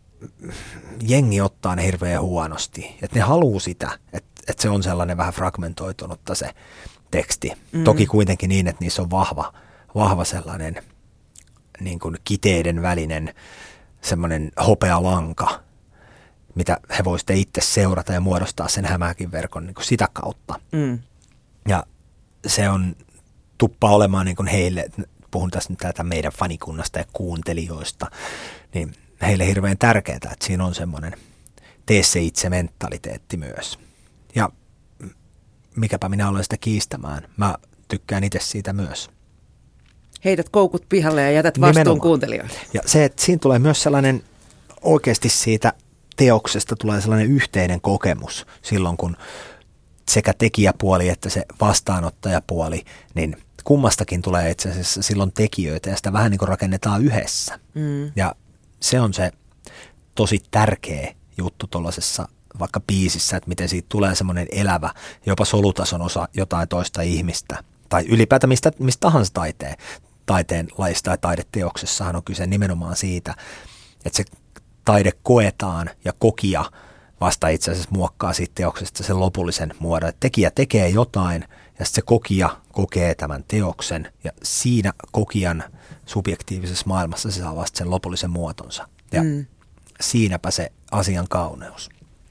jengi ottaa ne hirveän huonosti. Että ne haluaa sitä, että että se on sellainen vähän fragmentoitunutta se teksti. Mm. Toki kuitenkin niin, että niissä on vahva, vahva sellainen niin kuin kiteiden välinen semmoinen hopealanka, mitä he voisivat itse seurata ja muodostaa sen hämähäkin verkon niin kuin sitä kautta. Mm. Ja se on tuppaa olemaan niin kuin heille, puhun tässä nyt tätä meidän fanikunnasta ja kuuntelijoista, niin heille hirveän tärkeää, että siinä on semmoinen tee se itse mentaliteetti myös. Ja mikäpä minä olen sitä kiistämään. Mä tykkään itse siitä myös. Heität koukut pihalle ja jätät vastuun nimenomaan kuuntelijoille. Ja se, että siinä tulee myös sellainen, oikeasti siitä teoksesta tulee sellainen yhteinen kokemus silloin, kun sekä tekijäpuoli että se vastaanottajapuoli, niin kummastakin tulee itse asiassa silloin tekijöitä ja sitä vähän niin kuin rakennetaan yhdessä. Mm. Ja se on se tosi tärkeä juttu tuollaisessa vaikka biisissä, että miten siitä tulee semmoinen elävä, jopa solutason osa jotain toista ihmistä. Tai ylipäätään mistä, mistä tahansa taiteen, taiteen lajista tai taideteoksessahan on kyse nimenomaan siitä, että se taide koetaan ja kokija vasta itse asiassa muokkaa siitä teoksesta sen lopullisen muodon. Että tekijä tekee jotain ja sitten se kokija kokee tämän teoksen ja siinä kokijan subjektiivisessa maailmassa se saa vasta sen lopullisen muotonsa. Ja mm. siinäpä se asian kauneus.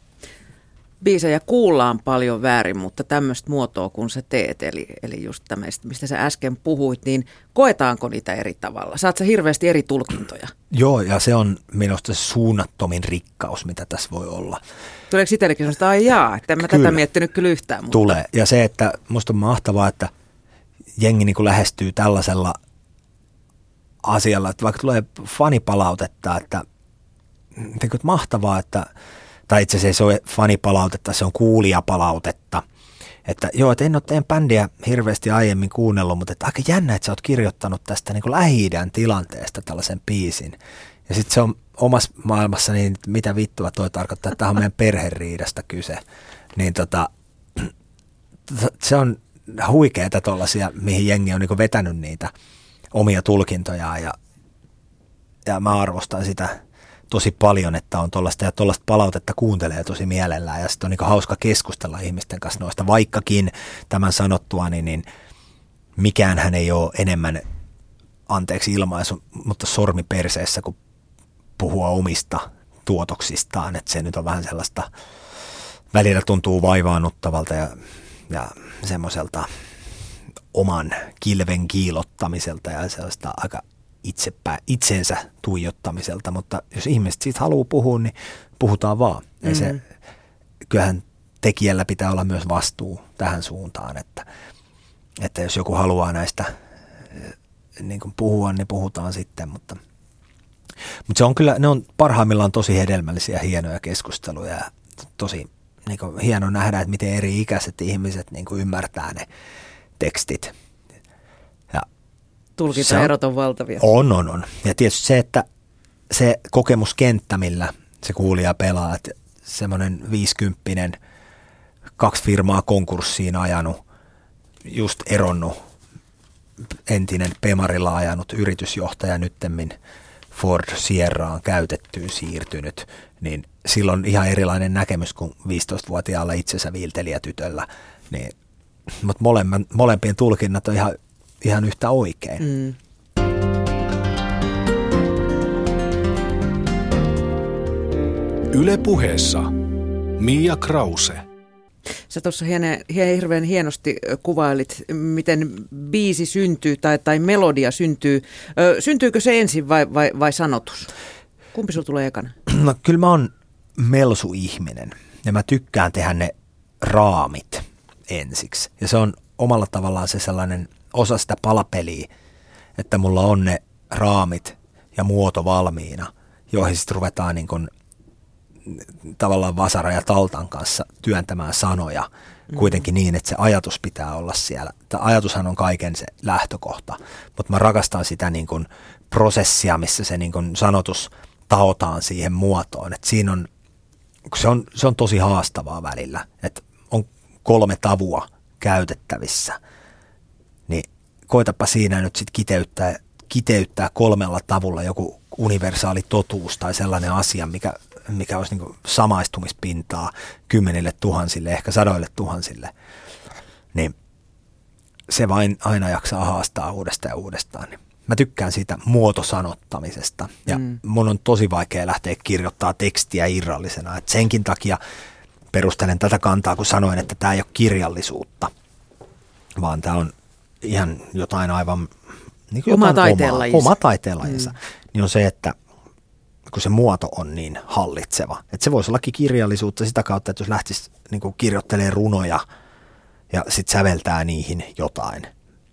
Biisejä kuullaan paljon väärin, mutta tämmöistä muotoa kun sä teet, eli, eli just tämmöistä, mistä sä äsken puhuit, niin koetaanko niitä eri tavalla? Saat sä hirveästi eri tulkintoja? Joo, ja se on minusta se suunnattomin rikkaus, mitä tässä voi olla. Tuleeko itsellekin sellaista, ai jaa, että en mä kyllä tätä miettinyt kyllä yhtään. Mutta tulee, ja se, että musta on mahtavaa, että jengi niin kuin lähestyy tällaisella asialla, että vaikka tulee fanipalautetta, että, että mahtavaa, että tai itse asiassa ei se ole fanipalautetta, se on kuulijapalautetta. Että joo, että en ole teidän bändiä hirveästi aiemmin kuunnellut, mutta että aika jännä, että sä oot kirjoittanut tästä niin kuin Lähi-idän tilanteesta tällaisen biisin. Ja sitten se on omassa maailmassa, niin mitä vittua toi tarkoittaa, että tämä on meidän perheriidasta kyse. Niin tota, se on huikeeta tollaisia, mihin jengi on niin kuin vetänyt niitä omia tulkintojaan ja, ja mä arvostan sitä tosi paljon, että on tuollaista ja tuollaista palautetta kuuntelee tosi mielellään ja sitten on niin hauska keskustella ihmisten kanssa noista, vaikkakin tämän sanottuani, niin mikäänhän ei ole enemmän, anteeksi ilmaisu, mutta sormi perseessä, kun puhua omista tuotoksistaan, että se nyt on vähän sellaista, välillä tuntuu vaivaannuttavalta ja, ja semmoiselta oman kilven kiilottamiselta ja sellaista aika itsepä, itsensä tuijottamiselta, mutta jos ihmiset siitä haluaa puhua, niin puhutaan vaan. Mm-hmm. Se, kyllähän tekijällä pitää olla myös vastuu tähän suuntaan, että, että jos joku haluaa näistä niin kuin puhua, niin puhutaan sitten, mutta, mutta se on kyllä, ne on parhaimmillaan tosi hedelmällisiä, hienoja keskusteluja ja tosi niin kuin hieno nähdä, että miten eri ikäiset ihmiset niin kuin ymmärtää ne tekstit. Tulkintaerot on valtavia. On, on, on. Ja tietysti se, että se kokemuskenttä, millä se kuulija pelaa, että semmoinen viisikymppinen, kaksi firmaa konkurssiin ajanut, just eronnut, entinen Pemarilla ajanut yritysjohtaja, nyttemmin Ford Sierraan käytettyyn siirtynyt, niin silloin ihan erilainen näkemys kuin viisitoistavuotiaalla itsensä viiltelijätytöllä. Niin, mutta molempien tulkinnat on ihan ihan yhtä oikein. Mm. Yle Puheessa Mia Krause. Sä tuossa hirveän hienosti kuvailit, miten biisi syntyy tai, tai melodia syntyy. Ö, syntyykö se ensin vai, vai, vai sanotus? Kumpi sulla tulee ekana? No kyllä mä oon melsuihminen ja mä tykkään tehdä ne raamit ensiksi. Ja se on omalla tavallaan se sellainen osa sitä palapeliä, että mulla on ne raamit ja muoto valmiina, joihin sitten ruvetaan niin kun, tavallaan vasara ja taltan kanssa työntämään sanoja, mm. kuitenkin niin, että se ajatus pitää olla siellä. Tämä ajatushan on kaiken se lähtökohta, mutta mä rakastan sitä niin kun prosessia, missä se niin kun sanotus taotaan siihen muotoon. Et siinä on, se, on, se on tosi haastavaa välillä, että on kolme tavua käytettävissä. Niin koitapa siinä nyt sitten kiteyttää, kiteyttää kolmella tavulla joku universaali totuus tai sellainen asia, mikä, mikä olisi niin kuin samaistumispintaa kymmenille tuhansille, ehkä sadoille tuhansille. Niin se vain aina jaksaa haastaa uudestaan ja uudestaan. Niin mä tykkään siitä muotosanottamisesta ja mm. mun on tosi vaikea lähteä kirjoittamaan tekstiä irrallisena. Et senkin takia perustelen tätä kantaa, kun sanoin, että tämä ei ole kirjallisuutta, vaan tämä on ihan jotain aivan niin kuin oma jotain taiteenlajinsa. Oma taiteenlajinsa. Mm. Niin on se, että kun se muoto on niin hallitseva. Että se voisi ollakin kirjallisuutta sitä kautta, että jos lähtisi niin kuin kirjoittelemaan runoja ja sitten säveltää niihin jotain.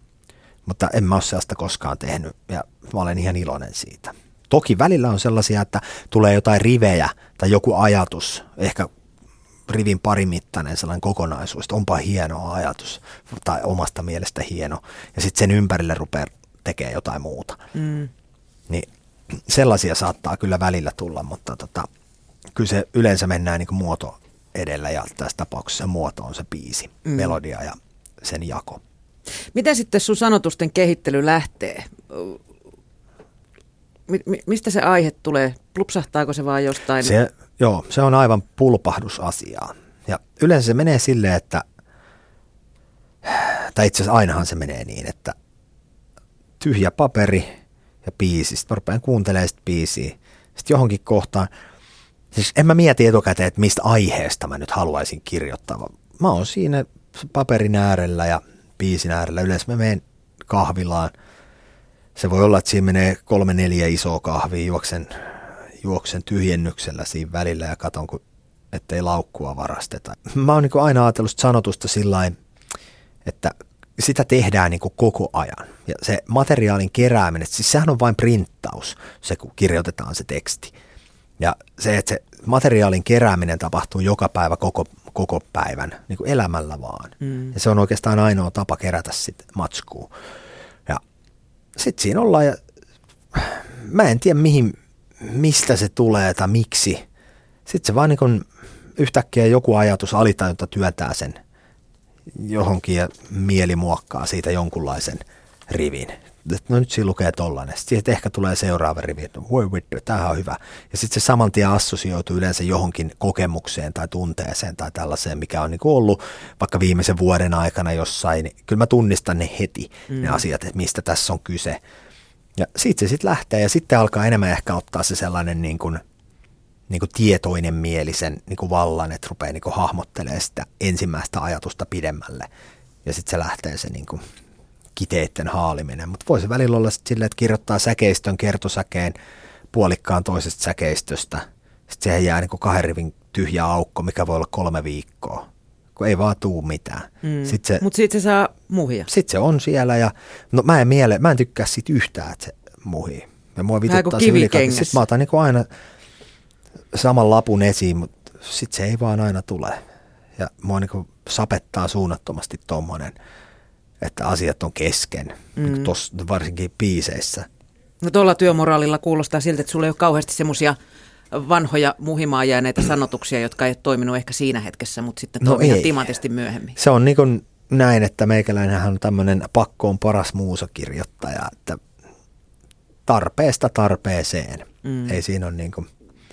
Mutta en mä ole sellaista koskaan tehnyt ja mä olen ihan iloinen siitä. Toki välillä on sellaisia, että tulee jotain rivejä tai joku ajatus, ehkä rivin parimittainen sellainen kokonaisuus, että onpa hieno ajatus tai omasta mielestä hieno, ja sitten sen ympärille rupeaa tekemään jotain muuta. Mm. Niin sellaisia saattaa kyllä välillä tulla, mutta tota, kyllä se yleensä mennään niin kuin muoto edellä, ja tässä tapauksessa muoto on se biisi, mm. melodia ja sen jako. Miten sitten sun sanotusten kehittely lähtee? Mi- mistä se aihe tulee? Plupsahtaako se vaan jostain? Se, joo, se on aivan pulpahdusasiaa. Ja yleensä se menee silleen, että, tai itse asiassa ainahan se menee niin, että tyhjä paperi ja biisi. Sitten mä rupean kuuntelemaan sitä biisiä. Sitten johonkin kohtaan, siis en mä mieti etukäteen, että mistä aiheesta mä nyt haluaisin kirjoittaa. Mä oon siinä paperin äärellä ja biisin äärellä. Yleensä mä menen kahvilaan. Se voi olla, että siinä menee kolme neljä isoa kahvia, juoksen, juoksen tyhjennyksellä siinä välillä ja katon, kun, ettei laukkua varasteta. Mä oon niin aina ajatellut sanotusta sillain, että sitä tehdään niin koko ajan. Ja se materiaalin kerääminen, siis sehän on vain printtaus, se kun kirjoitetaan se teksti. Ja se, että se materiaalin kerääminen tapahtuu joka päivä koko, koko päivän niin kuin elämällä vaan. Mm. Ja se on oikeastaan ainoa tapa kerätä sit matskua. Ja sitten siinä ollaan, ja mä en tiedä mihin, mistä se tulee tai miksi. Sitten se vaan niin kuin yhtäkkiä joku ajatus alitajunta työntää sen johonkin ja mieli muokkaa siitä jonkunlaisen rivin. No nyt siinä lukee tollainen. Sitten ehkä tulee seuraava rivi, että voi vittu, tämähän on hyvä. Ja sitten se saman tien assosioituu yleensä johonkin kokemukseen tai tunteeseen tai tällaiseen, mikä on niin kuin ollut vaikka viimeisen vuoden aikana jossain. Niin kyllä mä tunnistan ne heti, mm. ne asiat, että mistä tässä on kyse. Ja siitä se sitten lähtee ja sitten alkaa enemmän ehkä ottaa se sellainen niin kuin, niin kuin tietoinen mielisen niin kuin vallan, että rupeaa niin kuin hahmottelemaan sitä ensimmäistä ajatusta pidemmälle. Ja sitten se lähtee se niin kuin kiteitten haaliminen. Mutta voi se välillä olla silleen, että kirjoittaa säkeistön kertosäkeen puolikkaan toisesta säkeistöstä. Sitten siihen jää niin kuin kahden rivin tyhjä aukko, mikä voi olla kolme viikkoa, kun ei vaan tuu mitään. Mm. Mutta sitten se saa muhia. Sitten se on siellä ja no mä en, miele, mä en tykkää siitä yhtään, että se muhii. Ja mua vituttaa se ylikattis. Sitten mä otan niin kuin aina saman lapun esiin, mutta sitten se ei vaan aina tule. Ja mua niin kuin sapettaa suunnattomasti tommonen, että asiat on kesken, mm. niin tos, varsinkin biiseissä. No tuolla työmoraalilla kuulostaa siltä, että sulla ei ole kauheasti semmoisia vanhoja muhimaan jääneitä sanotuksia, jotka ei ole toiminut ehkä siinä hetkessä, mutta sitten no toimii timantisti myöhemmin. Se on niin kuin näin, että meikäläinenhän on tämmöinen pakko on paras muusakirjoittaja, että tarpeesta tarpeeseen. Mm. Ei siinä ole niin kuin,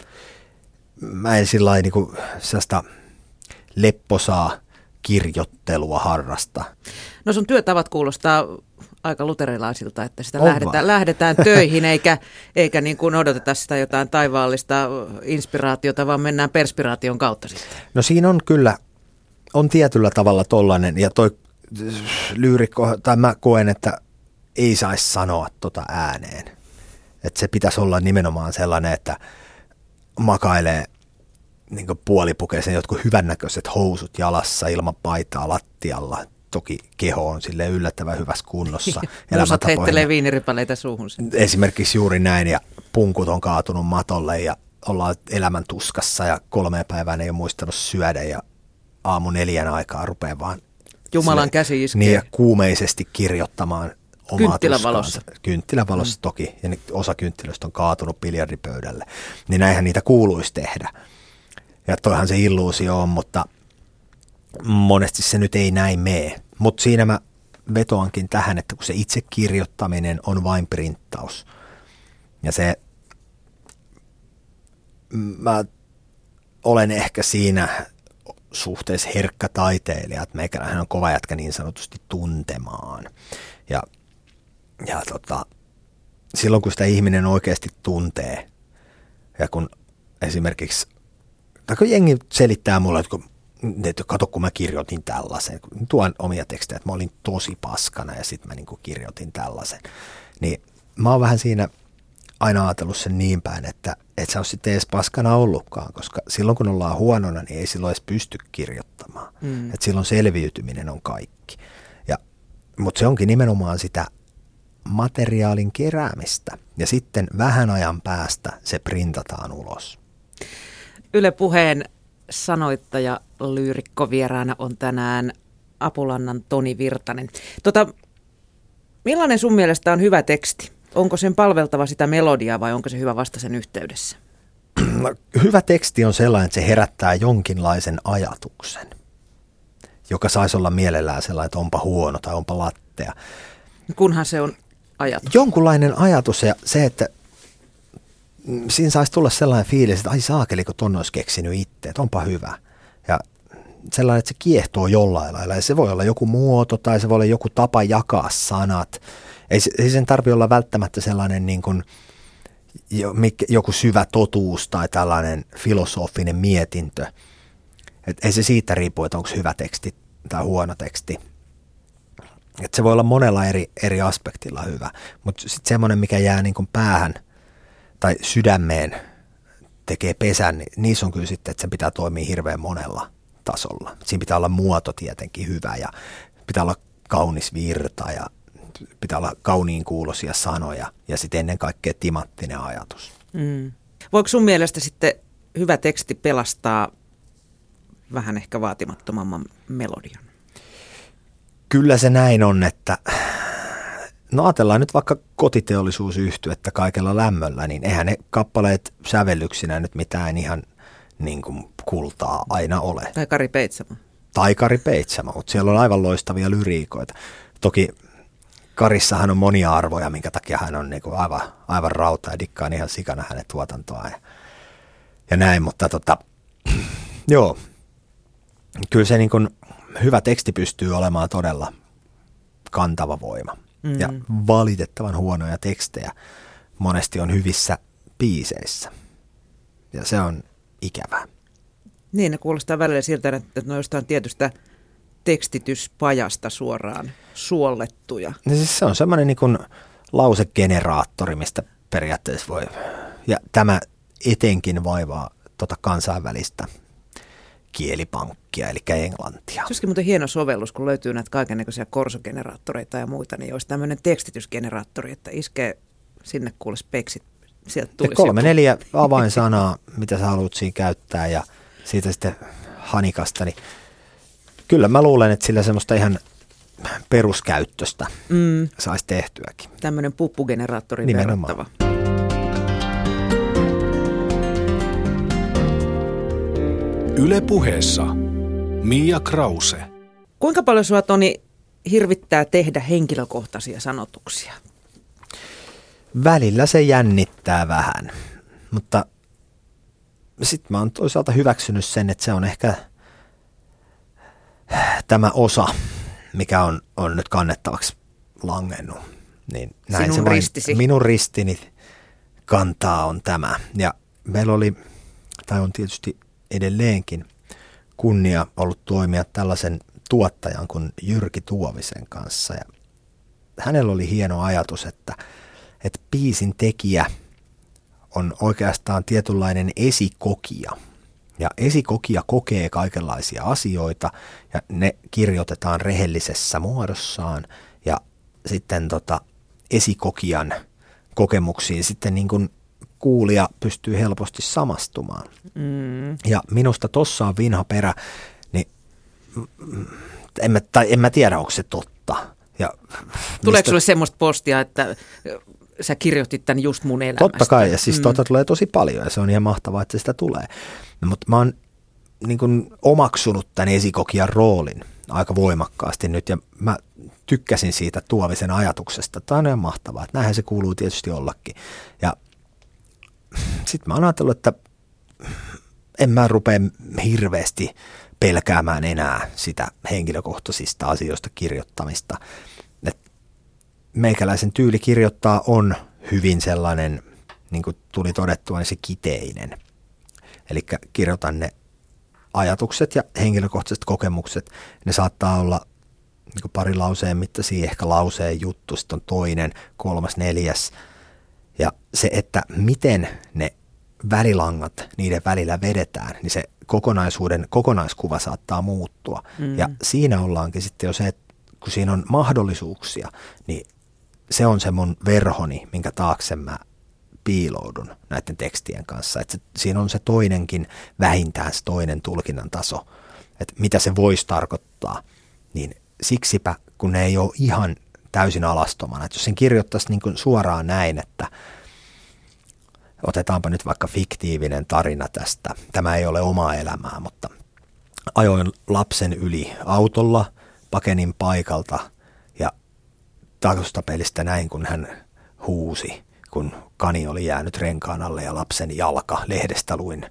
mä en sillä lailla niin kuin sellaista lepposaa kirjoittelua harrasta. No sun työtavat kuulostaa aika luterilaisilta, että sitä lähdetään, lähdetään töihin eikä, eikä niin kuin odoteta sitä jotain taivaallista inspiraatiota, vaan mennään perspiraation kautta sitten. No siinä on kyllä, on tietyllä tavalla tollainen ja toi lyyrikko, tai mä koen, että ei saisi sanoa tota ääneen. Että se pitäisi olla nimenomaan sellainen, että makailee niin kuin puolipukeisen jotkut hyvännäköiset housut jalassa ilman paitaa lattialla. Toki keho on silleen yllättävän hyvässä kunnossa. Musat heittelee viiniripaleita suuhun. Esimerkiksi juuri näin ja punkut on kaatunut matolle ja ollaan elämän tuskassa ja kolme päivää ei ole muistanut syödä ja aamu neljän aikaa rupeaa vaan Jumalan käsi iskee. Niin ja kuumeisesti kirjoittamaan omaa kynttilävalossa. tuskaansa. Kynttilävalossa mm. toki ja osa kynttilöistä on kaatunut biljardipöydälle. Niin näinhän niitä kuuluisi tehdä. Ja toihan se illuusio on, mutta monesti se nyt ei näin mene. Mutta siinä mä vetoankin tähän, että kun se itse kirjoittaminen on vain printtaus. Ja se, mä olen ehkä siinä suhteessa herkkä taiteilija, että meikäläinen on kova jätkä niin sanotusti tuntemaan. Ja, ja tota, silloin kun sitä ihminen oikeasti tuntee, ja kun esimerkiksi, tai kun jengi selittää mulle, että kun että kato, kun mä kirjoitin tällaisen, tuon omia tekstejä, että mä olin tosi paskana ja sitten mä niin kuin kirjoitin tällaisen. Niin mä oon vähän siinä aina ajatellut sen niin päin, että et sä oot sitten edes paskana ollutkaan, koska silloin kun ollaan huonona, niin ei silloin edes pysty kirjoittamaan. Mm. Että silloin selviytyminen on kaikki. Ja, mutta se onkin nimenomaan sitä materiaalin keräämistä ja sitten vähän ajan päästä se printataan ulos. Yle Puheen sanoittaja lyyrikko vieraana on tänään Apulannan Toni Virtanen. Tota, millainen sun mielestä on hyvä teksti? Onko sen palveltava sitä melodiaa vai onko se hyvä vasta sen yhteydessä? No, hyvä teksti on sellainen, että se herättää jonkinlaisen ajatuksen, joka saisi olla mielellään sellainen, että onpa huono tai onpa lattea. Kunhan se on ajatus. Jonkunlainen ajatus ja se, että siinä saisi tulla sellainen fiilis, että ai saakeli, kun ton olisi keksinyt itse, että onpa hyvä. Ja sellainen, että se kiehtoo jollain lailla. Ja se voi olla joku muoto tai se voi olla joku tapa jakaa sanat. Ei, ei sen tarvitse olla välttämättä sellainen niin kuin joku syvä totuus tai tällainen filosofinen mietintö. Et ei se siitä riipu, että onko hyvä teksti tai huono teksti. Et se voi olla monella eri, eri aspektilla hyvä. Mutta sitten semmoinen, mikä jää niin kuin päähän tai sydämeen tekee pesän, niin niissä on kyllä sitten, että sen pitää toimia hirveän monella tasolla. Siinä pitää olla muoto tietenkin hyvä ja pitää olla kaunis virta ja pitää olla kauniin kuuloisia sanoja ja sitten ennen kaikkea timanttinen ajatus. Mm. Voiko sun mielestä sitten hyvä teksti pelastaa vähän ehkä vaatimattomamman melodian? Kyllä se näin on, että no ajatellaan nyt vaikka kotiteollisuusyhtyettä kaikella lämmöllä, niin eihän ne kappaleet sävellyksinä nyt mitään ihan niin kuin kultaa aina ole. Tai Kari Peitsamo. Tai Kari Peitsamo, mutta siellä on aivan loistavia lyriikoita. Toki Karissahan on monia arvoja, minkä takia hän on niin kuin aivan, aivan rauta ja dikkaan ihan sikana hänen tuotantoaan ja, ja näin, mutta tota, joo, kyllä se niin kuin hyvä teksti pystyy olemaan todella kantava voima. Mm. Ja valitettavan huonoja tekstejä monesti on hyvissä biiseissä. Ja se on ikävää. Niin, ne kuulostaa välillä siltä, että ne on jostain tietystä tekstityspajasta suoraan suollettuja. No siis se on semmoinen niin kuin lausegeneraattori, mistä periaatteessa voi, ja tämä etenkin vaivaa tota kansainvälistä kielipankkia, eli englantia. Se olisikin muuten hieno sovellus, kun löytyy näitä kaikennäköisiä korsogeneraattoreita ja muita, niin olisi tämmöinen tekstitysgeneraattori, että iskee sinne kuule speksit. Sieltä tulisi kolme joku. neljä avainsanaa, mitä sä haluat siinä käyttää ja siitä sitten hanikasta, niin kyllä mä luulen, että sillä semmoista ihan peruskäyttöstä mm. saisi tehtyäkin. Tämmöinen puppugeneraattori verrattava. Yle Puheessa Mia Krause. Kuinka paljon sua, Toni, hirvittää tehdä henkilökohtaisia sanotuksia? Välillä se jännittää vähän, mutta sitten mä oon toisaalta hyväksynyt sen, että se on ehkä tämä osa, mikä on, on nyt kannettavaksi langennut. Niin näin Sinun se vain, ristisi. Minun ristini kantaa on tämä. Ja meillä oli, tai on tietysti edelleenkin kunnia ollut toimia tällaisen tuottajan kuin Jyrki Tuovisen kanssa. Ja hänellä oli hieno ajatus, että, että biisin tekijä on oikeastaan tietynlainen esikokija. Ja esikokija kokee kaikenlaisia asioita ja ne kirjoitetaan rehellisessä muodossaan ja sitten tota esikokijan kokemuksiin sitten niin kuin kuulija pystyy helposti samastumaan. Mm. Ja minusta tossa on vinha perä, niin en mä, tai en mä tiedä, onko se totta. Ja tuleeko mistä sulle semmoista postia, että sä kirjoitit tämän just mun elämästä? Totta kai, ja siis mm. tuota tulee tosi paljon ja se on ihan mahtavaa, että sitä tulee. No, mutta mä oon niin kuin omaksunut tämän esikokijan roolin aika voimakkaasti nyt ja mä tykkäsin siitä Tuovisen ajatuksesta. Tämä on ihan mahtavaa, että näinhän se kuuluu tietysti ollakin. Ja sitten mä oon ajatellut, että en mä rupea hirveästi pelkäämään enää sitä henkilökohtaisista asioista kirjoittamista. Et meikäläisen tyyli kirjoittaa on hyvin sellainen, niin kuin tuli todettua, niin se kiteinen. Eli kirjoitan ne ajatukset ja henkilökohtaiset kokemukset, ne saattaa olla niin kuin pari lauseen mittaisia, ehkä lauseen juttu, sitten on toinen, kolmas, neljäs. Ja se, että miten ne välilangat niiden välillä vedetään, niin se kokonaisuuden kokonaiskuva saattaa muuttua. Mm. Ja siinä ollaankin sitten jo se, että kun siinä on mahdollisuuksia, niin se on se mun verhoni, minkä taakse mä piiloudun näiden tekstien kanssa. Että se, siinä on se toinenkin, vähintään se toinen tulkinnan taso, että mitä se voisi tarkoittaa. Niin siksipä, kun ne ei ole ihan täysin alastomana. Että jos sen kirjoittaisi niin kuin suoraan näin, että otetaanpa nyt vaikka fiktiivinen tarina tästä. Tämä ei ole omaa elämää, mutta ajoin lapsen yli autolla, pakenin paikalta ja takustapelistä näin, kun hän huusi, kun kani oli jäänyt renkaan alle ja lapsen jalka. Lehdestä luin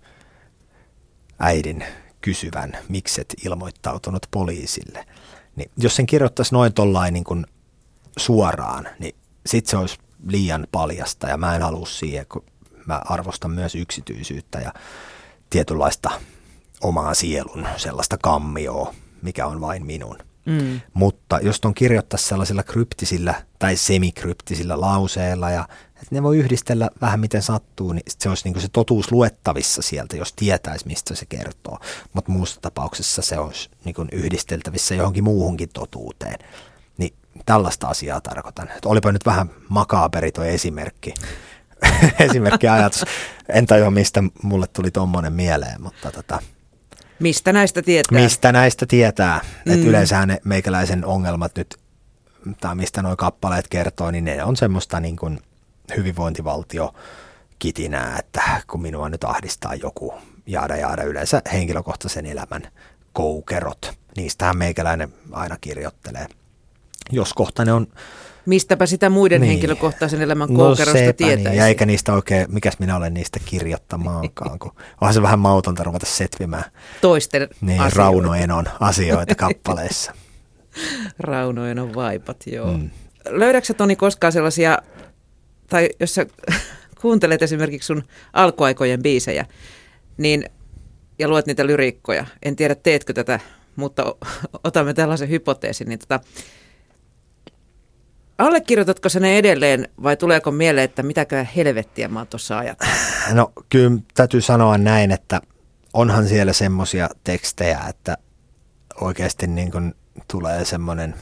äidin kysyvän, mikset ilmoittautunut poliisille. Niin jos sen kirjoittaisi noin tollain niin kuin suoraan, niin sitten se olisi liian paljasta ja mä en halua siihen, kun mä arvostan myös yksityisyyttä ja tietynlaista omaa sielun sellaista kammioa, mikä on vain minun. Mm. Mutta jos ton kirjoittaisi sellaisilla kryptisillä tai semikryptisillä lauseilla ja että ne voi yhdistellä vähän miten sattuu, niin se olisi niin kuin se totuus luettavissa sieltä, jos tietäisi mistä se kertoo. Mutta muussa tapauksessa se olisi niin kuin yhdisteltävissä johonkin muuhunkin totuuteen. Niin tällaista asiaa tarkoitan. Että olipa nyt vähän makaaberi tuo esimerkki. Esimerkki ajatus. En tajua, mistä mulle tuli tommonen mieleen, mutta tota. Mistä näistä tietää? Mistä näistä tietää. Mm. Että yleensähän ne meikäläisen ongelmat nyt, tai mistä nuo kappaleet kertoo, niin ne on semmoista niin kuin hyvinvointivaltio kitinää, että kun minua nyt ahdistaa joku jaada jaada yleensä henkilökohtaisen elämän koukerot. Niistähän meikäläinen aina kirjoittelee. Jos kohta ne on. Mistäpä sitä muiden niin. henkilökohtaisen elämän koukerosta no tietäisi. Niin. Ja eikä niistä oikein, mikäs minä olen niistä kirjoittamaankaan, kun onhan se vähän mautonta ruveta setvimään toisten niin, asioita. Rauno Enon asioita kappaleissa. Rauno Enon vaipat, joo. Mm. Löydätkö sä, Toni, koskaan sellaisia, tai jos sä kuuntelet esimerkiksi sun alkuaikojen biisejä, niin, ja luet niitä lyriikkoja, en tiedä teetkö tätä mutta otamme tällaisen hypoteesin, niin tota, allekirjoitatko sä ne edelleen vai tuleeko mieleen, että mitäkään helvettiä mä oon tuossa ajatellut? No kyllä täytyy sanoa näin, että onhan siellä semmoisia tekstejä, että oikeasti niin kuin tulee semmoinen,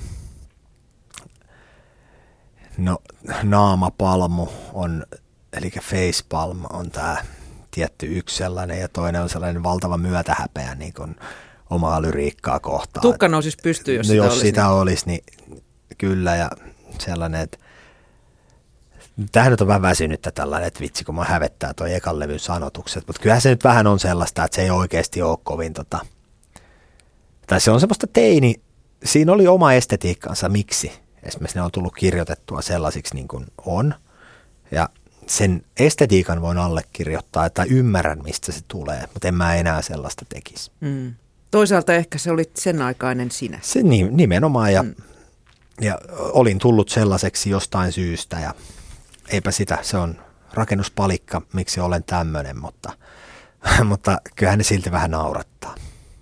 no naamapalmu on, eli facepalm on tämä tietty yksi sellainen ja toinen on sellainen valtava myötähäpeä niin kuin omaa lyriikkaa kohtaan. Tukka nousisi pystyyn, jos no, sitä jos olisi. sitä niin. olisi, niin kyllä ja sellainen, että tämähän nyt on vähän väsynyttä tällainen, että vitsi kun mä hävettää toi ekan levyn sanotukset, mutta kyllähän se nyt vähän on sellaista, että se ei oikeasti ole kovin tota, tai se on semmoista teini, siinä oli oma estetiikkansa, miksi esimerkiksi ne on tullut kirjoitettua sellaisiksi niin kuin on ja sen estetiikan voin allekirjoittaa, että ymmärrän mistä se tulee, mutta en mä enää sellaista tekisi. Mm. Toisaalta ehkä se oli sen aikainen sinä. Se nimenomaan ja, mm. ja olin tullut sellaiseksi jostain syystä ja eipä sitä, se on rakennuspalikka, miksi olen tämmöinen, mutta, mutta kyllähän ne silti vähän naurattaa.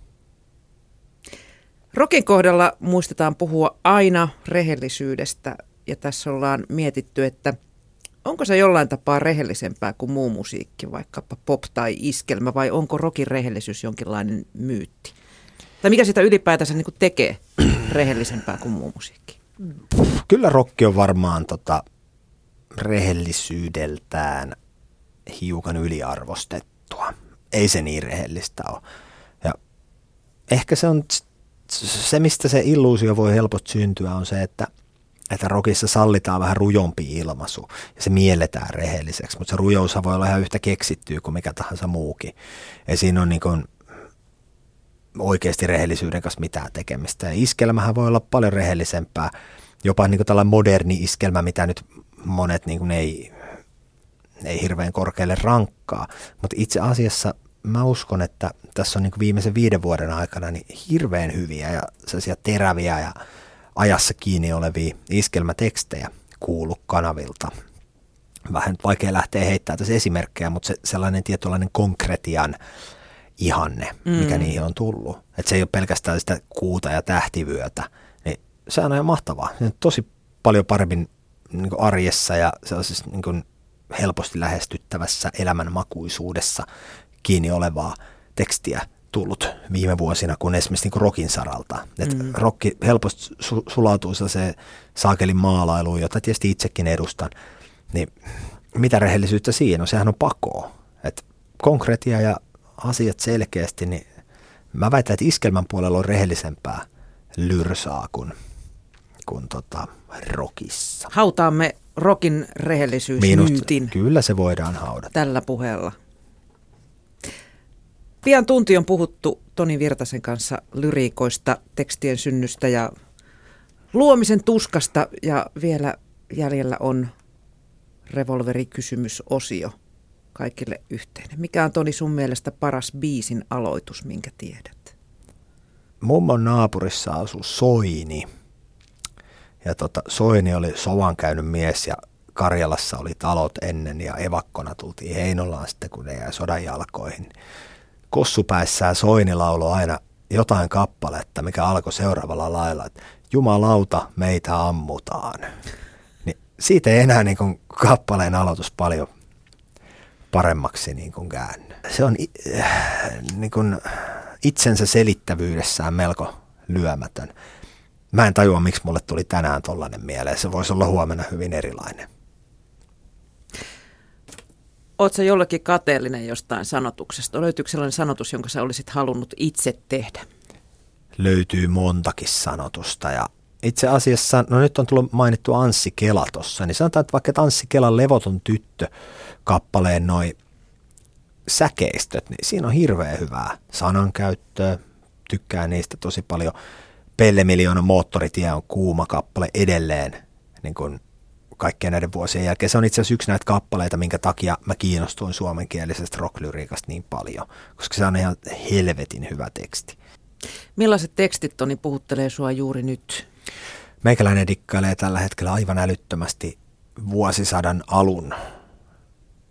Rokin kohdalla muistetaan puhua aina rehellisyydestä ja tässä ollaan mietitty, että onko se jollain tapaa rehellisempää kuin muu musiikki, vaikkapa pop tai iskelmä, vai onko rokin rehellisyys jonkinlainen myytti? Tai mikä sitä ylipäätänsä niin kuin tekee rehellisempää kuin muu musiikki? Kyllä rokki on varmaan tota, rehellisyydeltään hiukan yliarvostettua. Ei se niin rehellistä ole. Ja ehkä se on se, mistä se illuusio voi helposti syntyä, on se, että että rockissa sallitaan vähän rujompi ilmaisu ja se mielletään rehelliseksi, mutta se rujoushan voi olla ihan yhtä keksittyä kuin mikä tahansa muukin. Ja siinä on niin kuin oikeasti rehellisyyden kanssa mitään tekemistä. Ja iskelmähän voi olla paljon rehellisempää, jopa niin kuin tällainen moderni iskelmä, mitä nyt monet niin kuin ei, ei hirveän korkealle rankkaa. Mutta itse asiassa mä uskon, että tässä on niin kuin viimeisen viiden vuoden aikana niin hirveän hyviä ja sellaisia teräviä ja ajassa kiinni olevia iskelmätekstejä kuuluu kanavilta. Vähän vaikea lähteä heittämään tässä esimerkkejä, mutta se sellainen tietynlainen konkretian ihanne, mikä mm. niihin on tullut. Että se ei ole pelkästään sitä kuuta ja tähtivyötä. Niin se on ihan mahtavaa. Se on tosi paljon paremmin niin kuin arjessa ja sellaisessa niin kuin helposti lähestyttävässä elämänmakuisuudessa kiinni olevaa tekstiä tullut viime vuosina kuin esimerkiksi niin kuin rockin saralta. Et mm. rocki helposti su- sulautuu se saakelin maalailuun, jota tietysti itsekin edustan. Niin mitä rehellisyyttä siinä on? Sehän on pakoa. Et konkretia ja asiat selkeästi, niin mä väitän, että iskelmän puolella on rehellisempää lyrsaa kuin, kuin tota rockissa. Hautaamme rockin rehellisyysmyytin. Kyllä se voidaan haudata. Tällä puheella. Pian tunti on puhuttu Toni Virtasen kanssa lyriikoista, tekstien synnystä ja luomisen tuskasta ja vielä jäljellä on revolverikysymysosio kaikille yhteinen. Mikä on Toni sun mielestä paras biisin aloitus, minkä tiedät? Mummon naapurissa asui Soini ja tota, Soini oli sovan käynyt mies ja Karjalassa oli talot ennen ja evakkona tultiin Heinolaan sitten kun ne jäi sodan jalkoihin. Kossupäissään Soini lauloi aina jotain kappaletta, mikä alkoi seuraavalla lailla, että jumalauta, meitä ammutaan. Niin siitä ei enää niin kuin kappaleen aloitus paljon paremmaksi niin kuin käänny. Se on niin kuin itsensä selittävyydessään melko lyömätön. Mä en tajua, miksi mulle tuli tänään tollainen mieleen. Se voisi olla huomenna hyvin erilainen. Oletko sä jollekin kateellinen jostain sanotuksesta? Löytyykö sellainen sanotus, jonka sä olisit halunnut itse tehdä? Löytyy montakin sanotusta ja itse asiassa, no nyt on tullut mainittu Anssi Kela tossa, niin sanotaan, että vaikka Anssi Kelan Levoton tyttö kappaleen noi säkeistöt, niin siinä on hirveän hyvää sanankäyttöä, tykkää niistä tosi paljon. Pelle Miljoona moottoritie on kuuma kappale edelleen, niin kuin kaikkien näiden vuosien jälkeen. Se on itse asiassa yksi näitä kappaleita, minkä takia mä kiinnostuin suomenkielisestä rocklyriikasta niin paljon, koska se on ihan helvetin hyvä teksti. Millaiset tekstit, Toni, puhuttelee sua juuri nyt? Meikäläinen dikkailee tällä hetkellä aivan älyttömästi vuosisadan alun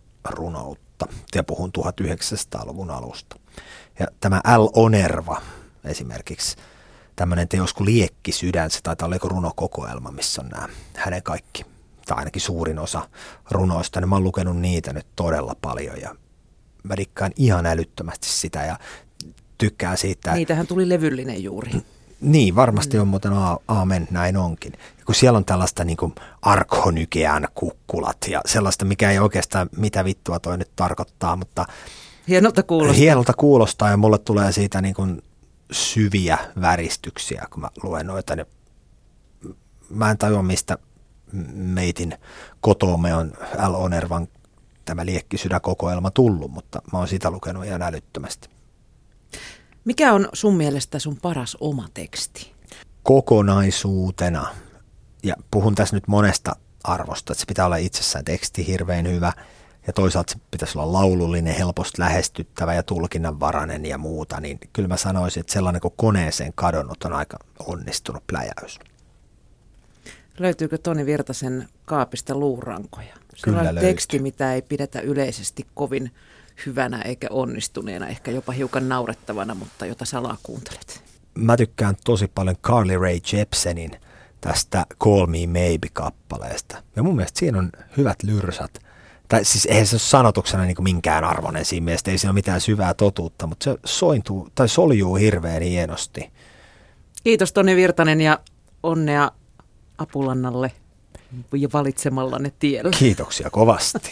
runoutta. Ja puhun tuhatyhdeksänsataaluvun alusta. Ja tämä L. Onerva esimerkiksi tämmöinen teos kuin Liekkisydän, se taitaa olla runokokoelma, missä on nämä hänen kaikki, tai ainakin suurin osa runoista, niin mä oon lukenut niitä nyt todella paljon ja mä dikkaan ihan älyttömästi sitä ja tykkään siitä. Niitähän tuli levyllinen juuri. Niin, varmasti on muuten aamen, näin onkin. Ja kun siellä on tällaista niin kuin Arkhonykean kukkulat ja sellaista, mikä ei oikeastaan mitä vittua toi nyt tarkoittaa, mutta hienolta kuulostaa. Hienolta kuulostaa ja mulle tulee siitä niin kuin syviä väristyksiä, kun mä luen noita. Niin mä en tajua, mistä meitin kotoomme on L. Onervan tämä Liekkisydän-kokoelma tullut, mutta mä oon sitä lukenut ihan älyttömästi. Mikä on sun mielestä sun paras oma teksti? Kokonaisuutena, ja puhun tässä nyt monesta arvosta, että se pitää olla itsessään teksti hirveän hyvä, ja toisaalta se pitäisi olla laulullinen, helposti lähestyttävä ja tulkinnanvarainen ja muuta, niin kyllä mä sanoisin, että sellainen kuin Koneeseen kadonnut on aika onnistunut pläjäys. Löytyykö Toni Virtasen kaapista luurankoja? Kyllä löytyy. Teksti, löytyy. mitä ei pidetä yleisesti kovin hyvänä eikä onnistuneena, ehkä jopa hiukan naurettavana, mutta jota salaa kuuntelet. Mä tykkään tosi paljon Carly Rae Jepsenin tästä Call Me Maybe-kappaleesta. Ja mun mielestä siinä on hyvät lyrsät. Tai siis eihän se ole sanotuksena niin kuin minkään arvoinen siinä mielessä, ei siinä ole mitään syvää totuutta, mutta se sointuu tai soljuu hirveän hienosti. Kiitos Toni Virtanen ja onnea Apulannalle ja valitsemallanne tiellä. Kiitoksia kovasti.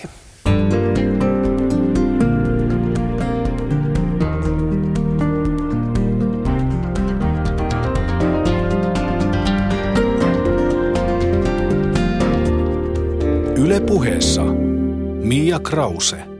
Yle Puheessa Mia Krause.